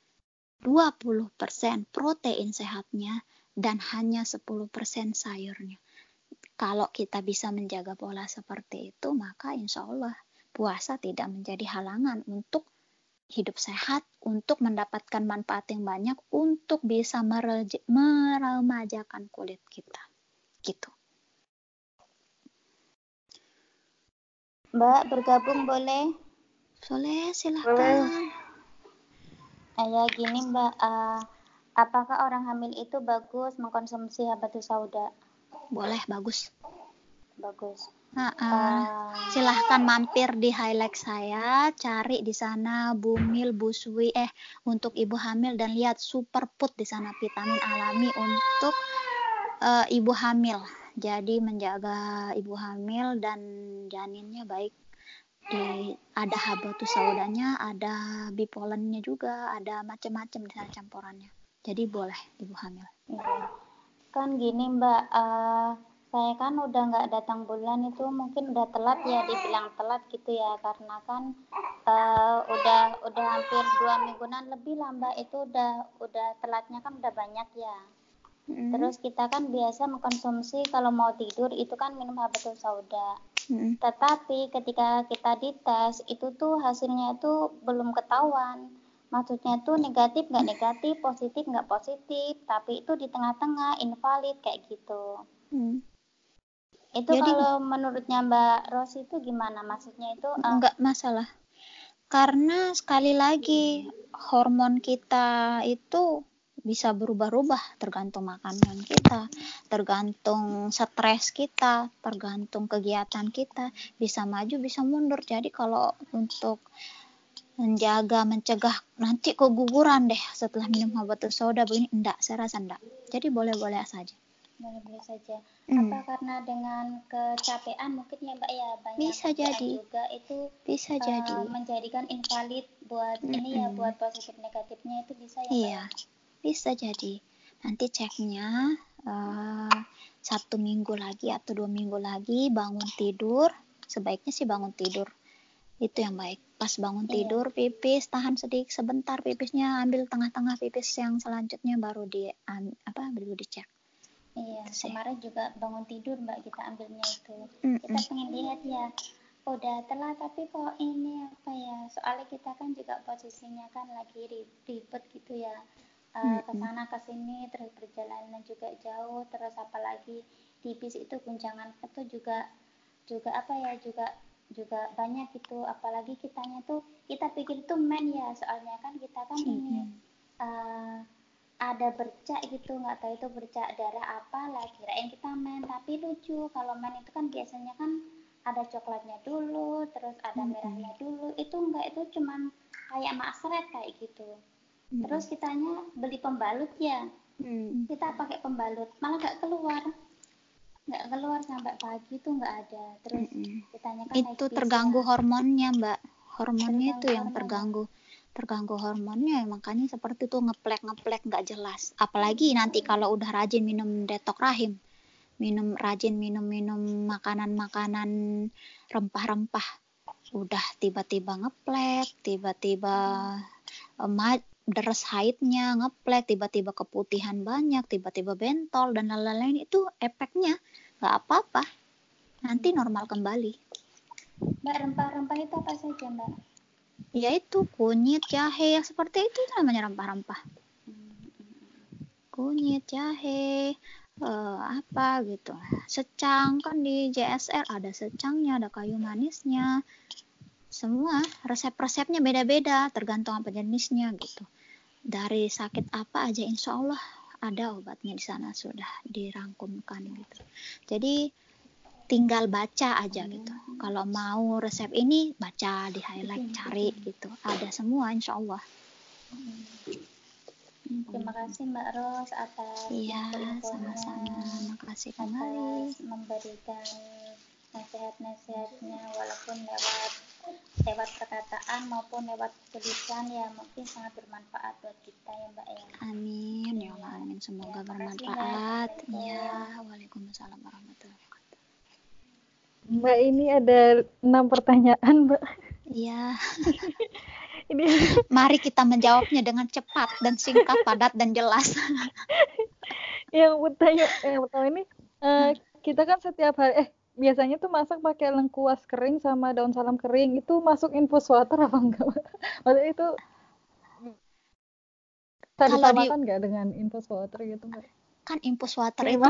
20% protein sehatnya, dan hanya 10% sayurnya. Kalau kita bisa menjaga pola seperti itu, maka insya Allah puasa tidak menjadi halangan untuk hidup sehat, untuk mendapatkan manfaat yang banyak, untuk bisa meremajakan kulit kita. Gitu. Mbak, bergabung boleh? Boleh, silahkan. Gini Mbak, apakah orang hamil itu bagus mengkonsumsi habatus sauda? Boleh, bagus. Silahkan mampir di highlight saya, cari di sana Bumil Busui untuk ibu hamil dan lihat Superfood di sana, vitamin alami untuk ibu hamil. Jadi menjaga ibu hamil dan janinnya baik. Ada habatus saudanya, ada bipolennya juga, ada macam-macam di sana campurannya. Jadi boleh ibu hamil. Kan gini Mbak, Saya kan udah nggak datang bulan itu mungkin udah telat ya, dibilang telat gitu ya, karena kan udah hampir 2 mingguan lebih lah Mbak, itu udah telatnya kan udah banyak ya. Terus kita kan biasa mengkonsumsi kalau mau tidur itu kan minum habatus sauda. Tetapi ketika kita dites itu tuh hasilnya itu belum ketahuan. Maksudnya tuh negatif nggak negatif, positif nggak positif, tapi itu di tengah-tengah invalid kayak gitu. Itu jadi, kalau menurutnya Mbak Ros itu gimana? Maksudnya itu nggak masalah. Karena sekali lagi hormon kita itu bisa berubah-ubah tergantung makanan kita, tergantung stres kita, tergantung kegiatan kita, bisa maju bisa mundur. Jadi kalau untuk mencegah nanti keguguran deh setelah minum habatus sauda begini, enggak, saya rasa enggak. Jadi boleh-boleh saja. Boleh-boleh saja. Apa karena dengan kecapean mungkin ya Mbak ya, banyak bisa jadi juga itu bisa jadi menjadikan invalid buat ini ya, buat positif negatifnya itu bisa ya Mbak? Iya, bisa jadi. Nanti ceknya 1 minggu lagi atau 2 minggu lagi bangun tidur, sebaiknya sih bangun tidur itu yang baik. Pas bangun tidur pipis, tahan sedikit sebentar pipisnya, ambil tengah-tengah pipis yang selanjutnya baru baru dicek. Iya, kemarin juga bangun tidur Mbak kita ambilnya itu. Kita pengen lihat ya, udah telat tapi kok ini apa ya, soalnya kita kan juga posisinya kan lagi ribet gitu ya, kesana kesini terus perjalanan juga jauh, terus apalagi di bis itu guncangan itu juga apa ya, juga banyak gitu, apalagi kitanya tuh kita pikir tuh men ya, soalnya kan kita kan ini ada bercak gitu, nggak tahu itu bercak darah apa lah, kirain kita men. Tapi lucu, kalau men itu kan biasanya kan ada coklatnya dulu, terus ada merahnya dulu, itu enggak, itu cuman kayak maksret kayak gitu. Terus kitanya beli pembalut ya, kita pakai pembalut malah nggak keluar sampai pagi tuh nggak ada. Terus kitanya kan itu terganggu hormonnya Mbak, hormonnya itu yang terganggu hormonnya, makanya seperti itu ngeplek nggak jelas. Apalagi nanti kalau udah rajin minum detok rahim, rajin minum makanan rempah-rempah, udah tiba-tiba ngeplek, tiba-tiba deres haidnya ngeplek, tiba-tiba keputihan banyak, tiba-tiba bentol dan lain-lain, itu efeknya nggak apa-apa, nanti normal kembali. Mbak, rempah-rempah itu apa saja Mbak? Yaitu kunyit, jahe, yang seperti itu namanya rempah-rempah. Kunyit, jahe, apa gitu. Secang kan di JSR ada secangnya, ada kayu manisnya. Semua resep-resepnya beda-beda, tergantung apa jenisnya gitu. Dari sakit apa aja insya Allah ada obatnya di sana, sudah dirangkumkan gitu. Jadi tinggal baca aja gitu. Kalau mau resep ini baca, di highlight, cari gitu. Ada semua insya Allah. Terima kasih Mbak Ros atas info-infonya. Sama-sama. Makasih kembali. Atas memberikan nasihat-nasihatnya, walaupun lewat perkataan maupun lewat tulisan ya, mungkin sangat bermanfaat buat kita ya Mbak ya. Amin ya Allah, amin, semoga bermanfaat. Ya, waalaikumsalam warahmatullahi wabarakatuh. Mbak, ini ada 6 pertanyaan Mbak. Iya. Ini mari kita menjawabnya dengan cepat dan singkat, padat dan jelas. yang pertama ini kita kan setiap hari biasanya tuh masak pakai lengkuas kering sama daun salam kering, itu masuk infus water apa enggak? Maksudnya itu bisa disamakan nggak dengan infus water gitu Mbak? Kan infus water itu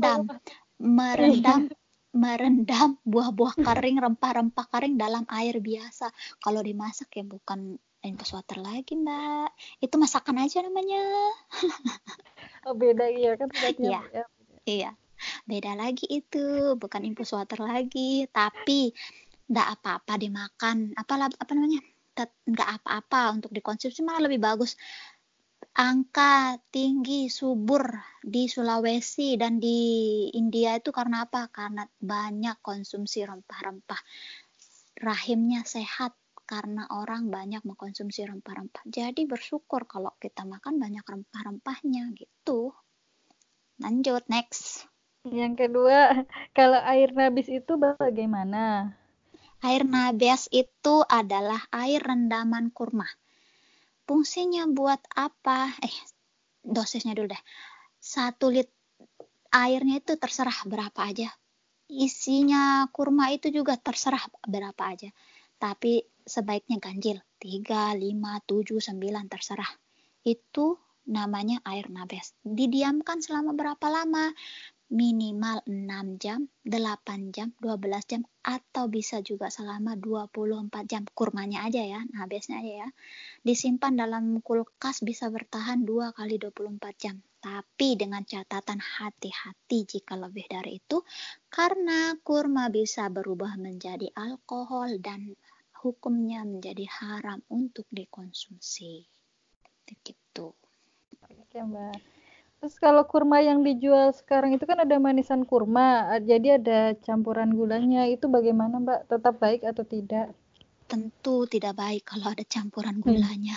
merendam buah-buah kering, rempah-rempah kering dalam air biasa. Kalau dimasak ya bukan infus water lagi Mbak, itu masakan aja namanya. Oh beda ya kan berarti ya. Iya, beda lagi itu, bukan infus water lagi. Tapi nggak apa-apa dimakan, apa namanya, nggak apa-apa untuk dikonsumsi, malah lebih bagus. Angka tinggi subur di Sulawesi dan di India itu karena apa? Karena banyak konsumsi rempah-rempah. Rahimnya sehat karena orang banyak mengkonsumsi rempah-rempah. Jadi bersyukur kalau kita makan banyak rempah-rempahnya gitu. Lanjut, next. Yang kedua, kalau air nabis itu bagaimana? Air nabis itu adalah air rendaman kurma. Fungsinya buat apa? Dosisnya dulu deh. 1 liter airnya itu terserah berapa aja. Isinya kurma itu juga terserah berapa aja. Tapi sebaiknya ganjil. 3, 5, 7, 9 terserah. Itu namanya air nabis. Didiamkan selama berapa lama? Minimal 6 jam, 8 jam, 12 jam, atau bisa juga selama 24 jam. Kurmanya aja ya, nabisnya aja ya. Disimpan dalam kulkas bisa bertahan 2 kali 24 jam. Tapi dengan catatan hati-hati jika lebih dari itu, karena kurma bisa berubah menjadi alkohol dan hukumnya menjadi haram untuk dikonsumsi. Begitu. Oke, Mbak. Terus kalau kurma yang dijual sekarang itu kan ada manisan kurma, jadi ada campuran gulanya. Itu bagaimana, Mbak? Tetap baik atau tidak? Tentu tidak baik kalau ada campuran gulanya.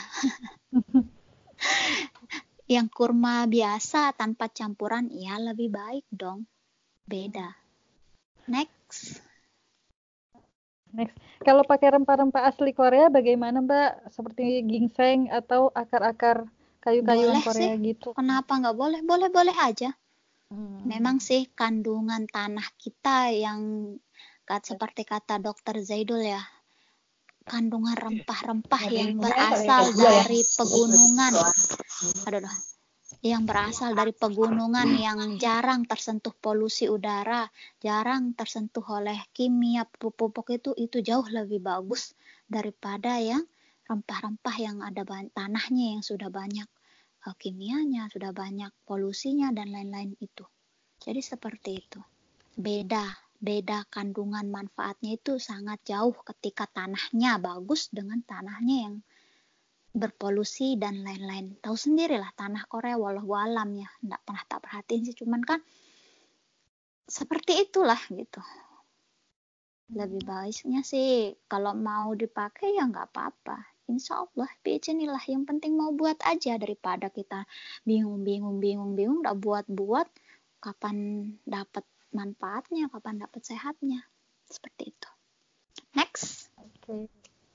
Yang kurma biasa tanpa campuran ya lebih baik dong. Beda. Next. Kalau pakai rempah-rempah asli Korea bagaimana, Mbak? Seperti ginseng atau akar-akar kayu-kayuan Boleh Korea sih. gitu. Kenapa nggak boleh? Boleh-boleh aja. Hmm. Memang sih kandungan tanah kita yang seperti kata Dokter Zaidul ya, kandungan rempah-rempah yang berasal dari pegunungan. Yang berasal dari pegunungan yang jarang tersentuh polusi udara, jarang tersentuh oleh kimia pupuk itu jauh lebih bagus daripada yang rempah-rempah yang ada tanahnya yang sudah banyak kimianya, sudah banyak polusinya dan lain-lain itu. Jadi seperti itu. Beda kandungan manfaatnya itu sangat jauh ketika tanahnya bagus dengan tanahnya yang berpolusi dan lain-lain. Tahu sendirilah tanah Korea walau alam ya, nggak pernah tak perhatiin sih, cuman kan seperti itulah gitu. Lebih baiknya sih kalau mau dipakai ya nggak apa-apa. Insya Allah, biiznillah, yang penting mau buat aja daripada kita bingung nggak buat kapan dapat manfaatnya, kapan dapat sehatnya. Seperti itu. Next. Oke.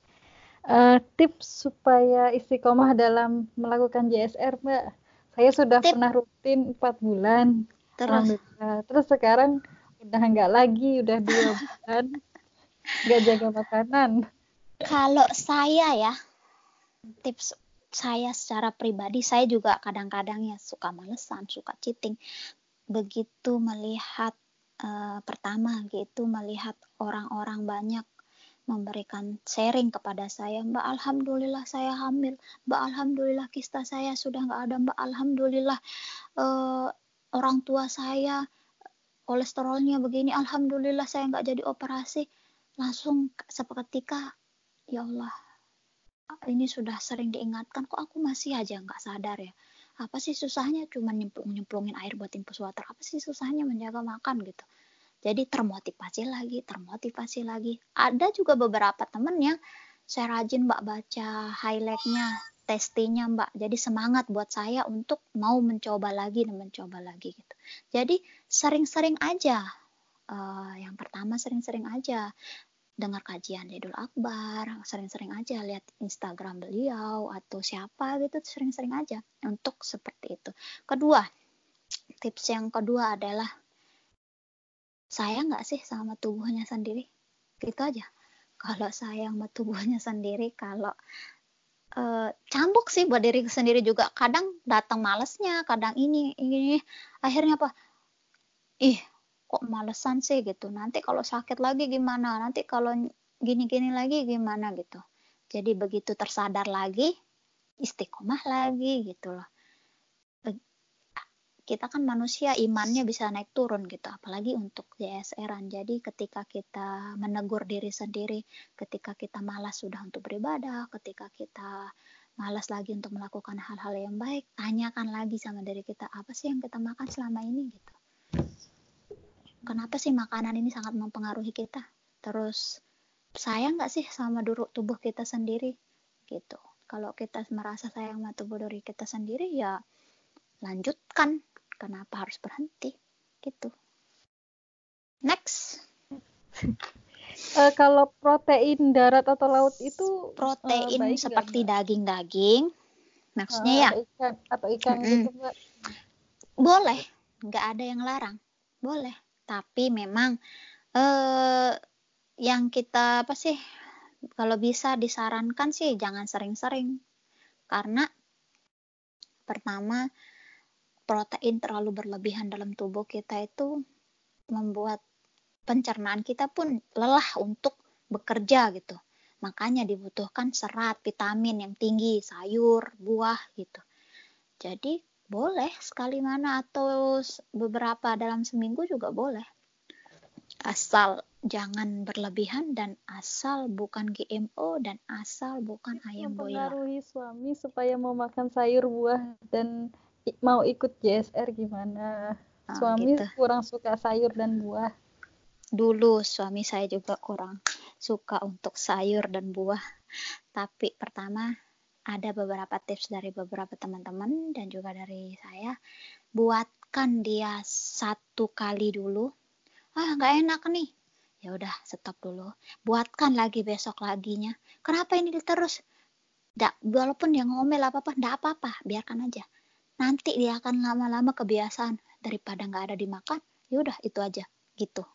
Tips supaya istiqomah dalam melakukan JSR, Mbak. Saya sudah pernah rutin 4 bulan. Terus? Alhamdulillah. Terus sekarang udah enggak lagi, udah 2 bulan. Enggak jaga makanan. Kalau saya ya, tips saya secara pribadi, saya juga kadang-kadang ya suka malesan, suka cheating. Begitu melihat pertama gitu melihat orang-orang banyak memberikan sharing kepada saya, Mbak alhamdulillah saya hamil, Mbak alhamdulillah kista saya sudah nggak ada, Mbak alhamdulillah orang tua saya kolesterolnya begini, alhamdulillah saya nggak jadi operasi. Langsung seketika, ya Allah, ini sudah sering diingatkan, kok aku masih aja nggak sadar ya. Apa sih susahnya cuma nyemplungin air buat infus water, apa sih susahnya menjaga makan gitu. Jadi termotivasi lagi. Ada juga beberapa temen yang saya rajin Mbak baca highlightnya, testinya Mbak. Jadi semangat buat saya untuk mau mencoba lagi gitu. Jadi sering-sering aja. Yang pertama sering-sering aja dengar kajian Zaidul Akbar, sering-sering aja lihat Instagram beliau atau siapa gitu, sering-sering aja untuk seperti itu. Kedua, tips yang kedua adalah sayang nggak sih sama tubuhnya sendiri? Gitu aja. Kalau sayang sama tubuhnya sendiri, kalau cambuk sih buat diri sendiri juga. Kadang datang malesnya, kadang ini. Akhirnya apa? Kok malesan sih gitu. Nanti kalau sakit lagi gimana? Nanti kalau gini-gini lagi gimana gitu. Jadi begitu tersadar lagi, istiqomah lagi gitu loh. Kita kan manusia, imannya bisa naik turun gitu, apalagi untuk JSR-an. Jadi ketika kita menegur diri sendiri, ketika kita malas sudah untuk beribadah, ketika kita malas lagi untuk melakukan hal-hal yang baik, tanyakan lagi sama diri kita, apa sih yang kita makan selama ini gitu. Kenapa sih makanan ini sangat mempengaruhi kita? Terus sayang nggak sih sama tubuh kita sendiri gitu. Kalau kita merasa sayang sama tubuh diri kita sendiri, ya lanjutkan. Kenapa harus berhenti gitu. Next. Kalau protein darat atau laut itu Protein baik seperti nggak, Mbak? daging-daging. Maksudnya ya, Atau ikan gitu, Mbak. boleh. Nggak ada yang larang. Boleh. Tapi memang yang kita apa sih, kalau bisa disarankan sih jangan sering-sering. Karena pertama, protein terlalu berlebihan dalam tubuh kita itu membuat pencernaan kita pun lelah untuk bekerja gitu. Makanya dibutuhkan serat, vitamin yang tinggi, sayur, buah gitu. Jadi boleh sekali mana atau beberapa dalam seminggu juga boleh. Asal jangan berlebihan dan asal bukan GMO dan asal bukan ayam boiler. Mempengaruhi suami supaya mau makan sayur, buah, dan mau ikut JSR gimana? Suami Gitu. kurang suka sayur dan buah. Dulu suami saya juga kurang suka untuk sayur dan buah. Tapi pertama ada beberapa tips dari beberapa teman-teman dan juga dari saya. Buatkan dia 1 kali dulu. Nggak enak nih. Ya udah, stop dulu. Buatkan lagi besok laginya. Kenapa ini terus? Walaupun dia ngomel apa-apa, enggak apa-apa, biarkan aja. Nanti dia akan lama-lama kebiasaan. Daripada nggak ada dimakan, ya udah itu aja gitu.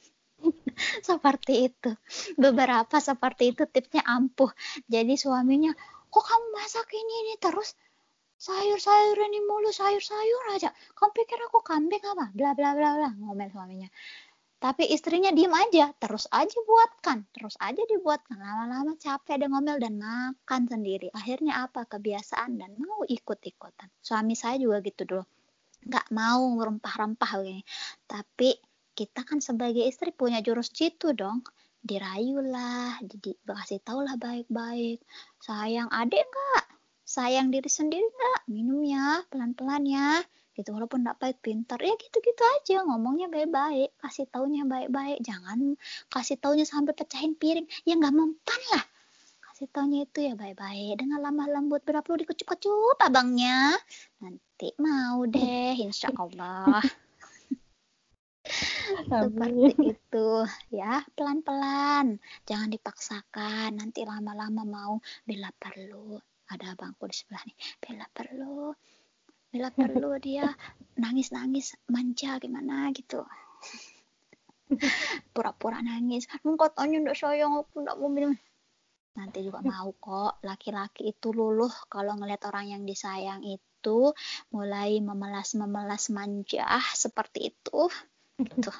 Seperti itu. Beberapa seperti itu tipsnya ampuh. Jadi suaminya, kok kamu masak ini terus? Sayur-sayur ini mulu, sayur-sayur aja. Kamu pikir aku kambing apa? Bla bla bla bla, ngomel suaminya. Tapi istrinya diem aja, terus aja buatkan, terus aja dibuatkan. Lama-lama capek dia ngomel dan makan sendiri. Akhirnya apa? Kebiasaan dan mau ikut-ikutan. Suami saya juga gitu dulu. Nggak mau rempah-rempah begini. Tapi kita kan sebagai istri punya jurus jitu dong. Dirayulah, dikasih taulah baik-baik. Sayang adik nggak? Sayang diri sendiri nggak? Minum ya, pelan-pelan ya. Gitu, walaupun nggak pahit, pintar. Ya gitu-gitu aja, ngomongnya baik-baik. Kasih taunya baik-baik. Jangan kasih taunya sampai pecahin piring. Ya nggak mempan lah. Kasih taunya itu ya baik-baik. Dengan lemah lembut, bila perlu dikecup-kecup abangnya. Nanti mau deh, insya Allah. Seperti itu ya, pelan-pelan, jangan dipaksakan. Nanti lama-lama mau, bila perlu, ada abangku di sebelah nih, bila perlu dia nangis-nangis manja gimana gitu, pura-pura nangis, katanya nggak sayang aku, nggak mau minum. Nanti juga mau kok. Laki-laki itu luluh kalau ngeliat orang yang disayang itu mulai memelas manja seperti itu. Tuh.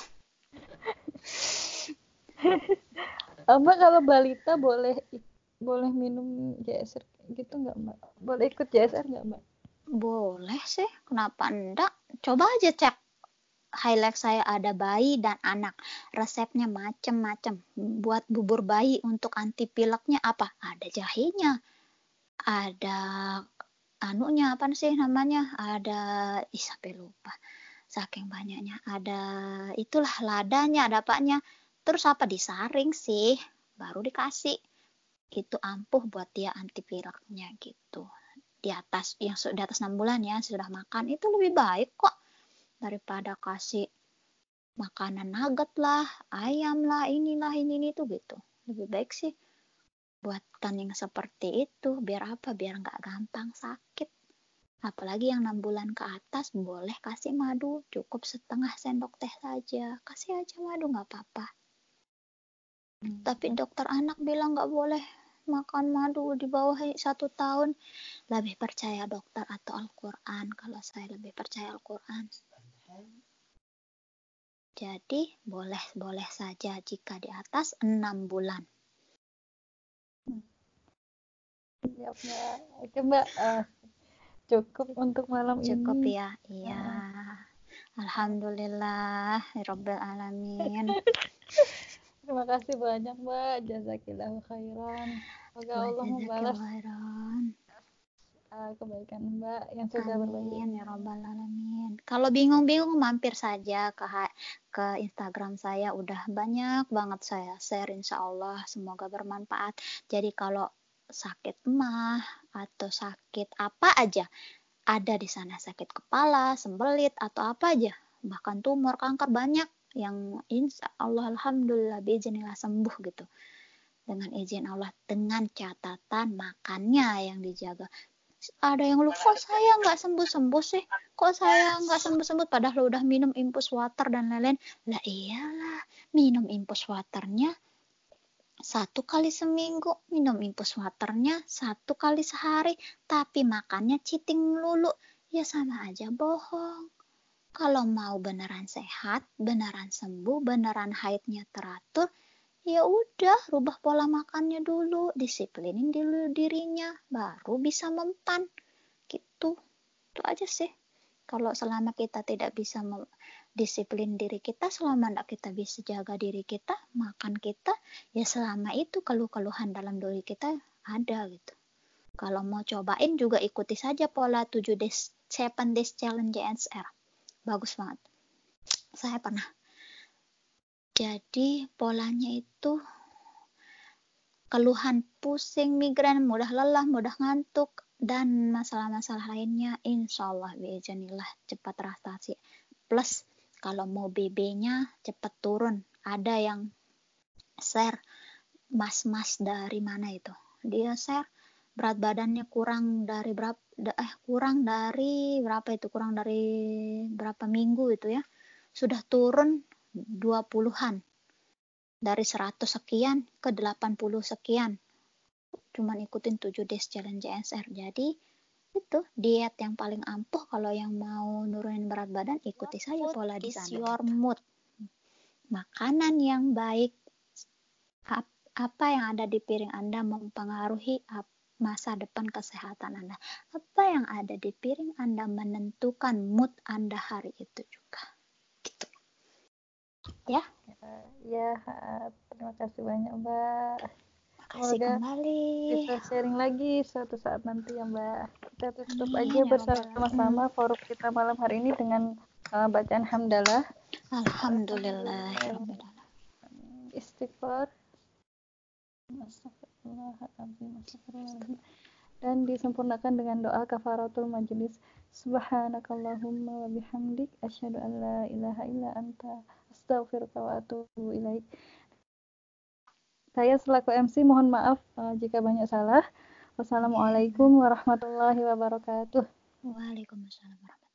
Mbak, kalau balita boleh minum JSR gitu nggak, Mbak? Boleh ikut JSR nggak, Mbak? Boleh sih, kenapa enggak? Coba aja cek highlight saya, ada bayi dan anak. Resepnya macem-macem. Buat bubur bayi untuk anti pileknya apa? Ada jahenya. Ada anunya, apa sih namanya? Ada, sampai lupa. Saking banyaknya. Ada itulah ladanya, ada apanya. Terus apa? Disaring sih. Baru dikasih. Itu ampuh buat dia anti pileknya gitu. Di atas 6 bulan ya sudah makan, itu lebih baik kok daripada kasih makanan nugget lah, ayam lah, inilah ini itu gitu. Lebih baik sih buatkan yang seperti itu. Biar apa? Biar nggak gampang sakit. Apalagi yang 6 bulan ke atas boleh kasih madu, cukup setengah sendok teh saja. Kasih aja madu, nggak apa-apa. Tapi dokter anak bilang nggak boleh makan madu di bawah 1 tahun. Lebih percaya dokter atau Al-Quran? Kalau saya lebih percaya Al-Quran. Jadi boleh saja jika di atas 6 bulan. Ya, Mbak. Oke, Mbak. Cukup untuk malam Cukup ini. ya? Iya. Alhamdulillah, Rabbil Alamin. Terima kasih banyak, Mbak. Jazakillahu khairan. Semoga Allah membalas kebaikan Mbak yang sudah berbagi. Amin ya Rabbal Alamin. Kalau bingung-bingung mampir saja ke Instagram saya, udah banyak banget saya share, insya Allah semoga bermanfaat. Jadi kalau sakit emah atau sakit apa aja ada di sana, sakit kepala, sembelit atau apa aja, bahkan tumor, kanker banyak, yang insya Allah alhamdulillah biiznillah sembuh gitu dengan izin Allah, dengan catatan makannya yang dijaga. Ada yang lu, kok saya nggak sembuh-sembuh sih, kok saya nggak sembuh-sembuh, padahal udah minum infus water dan lain-lain. Lah iyalah, minum infus waternya 1 kali seminggu, minum infus waternya 1 kali sehari, tapi makannya cheating melulu, ya sama aja bohong. Kalau mau beneran sehat, beneran sembuh, beneran haidnya teratur, ya udah rubah pola makannya dulu, disiplinin dulu dirinya, baru bisa mempan. Gitu. Itu aja sih. Kalau selama kita tidak bisa disiplin diri kita, selama tidak kita bisa jaga diri kita, makan kita, ya selama itu keluh-keluhan dalam diri kita ada gitu. Kalau mau cobain juga ikuti saja pola 7 days, 7 days challenge JSR. Bagus banget. Saya pernah. Jadi polanya itu keluhan pusing, migrain, mudah lelah, mudah ngantuk, dan masalah-masalah lainnya insya Allah biiznillah cepat teratasi. Plus kalau mau BB-nya cepat turun. Ada yang share mas-mas dari mana itu. Dia share berat badannya kurang dari berapa minggu itu ya. Sudah turun 20-an. Dari 100 sekian ke 80 sekian. Cuman ikutin 7 days challenge JSR. Jadi itu diet yang paling ampuh kalau yang mau nurunin berat badan, ikuti saja pola di sana. Your mood. Makanan yang baik, apa yang ada di piring Anda mempengaruhi masa depan kesehatan Anda. Apa yang ada di piring Anda menentukan mood Anda hari itu juga. Gitu. Ya. Ya, terima kasih banyak Mbak. Kasih kembali. Bisa sharing lagi suatu saat nanti ya Mbak. Kita tutup aja bersama-sama forum kita malam hari ini dengan bacaan hamdalah. Alhamdulillah. Istighfar. Dan disempurnakan dengan doa kafaratul majlis. Subhanakallahumma wa bihamdik asyhadu an la ilaha illa anta astaghfiruka wa atubu ilaik. Saya selaku MC mohon maaf jika banyak salah. Wassalamualaikum warahmatullahi wabarakatuh. Waalaikumsalam warahmatullahi wabarakatuh.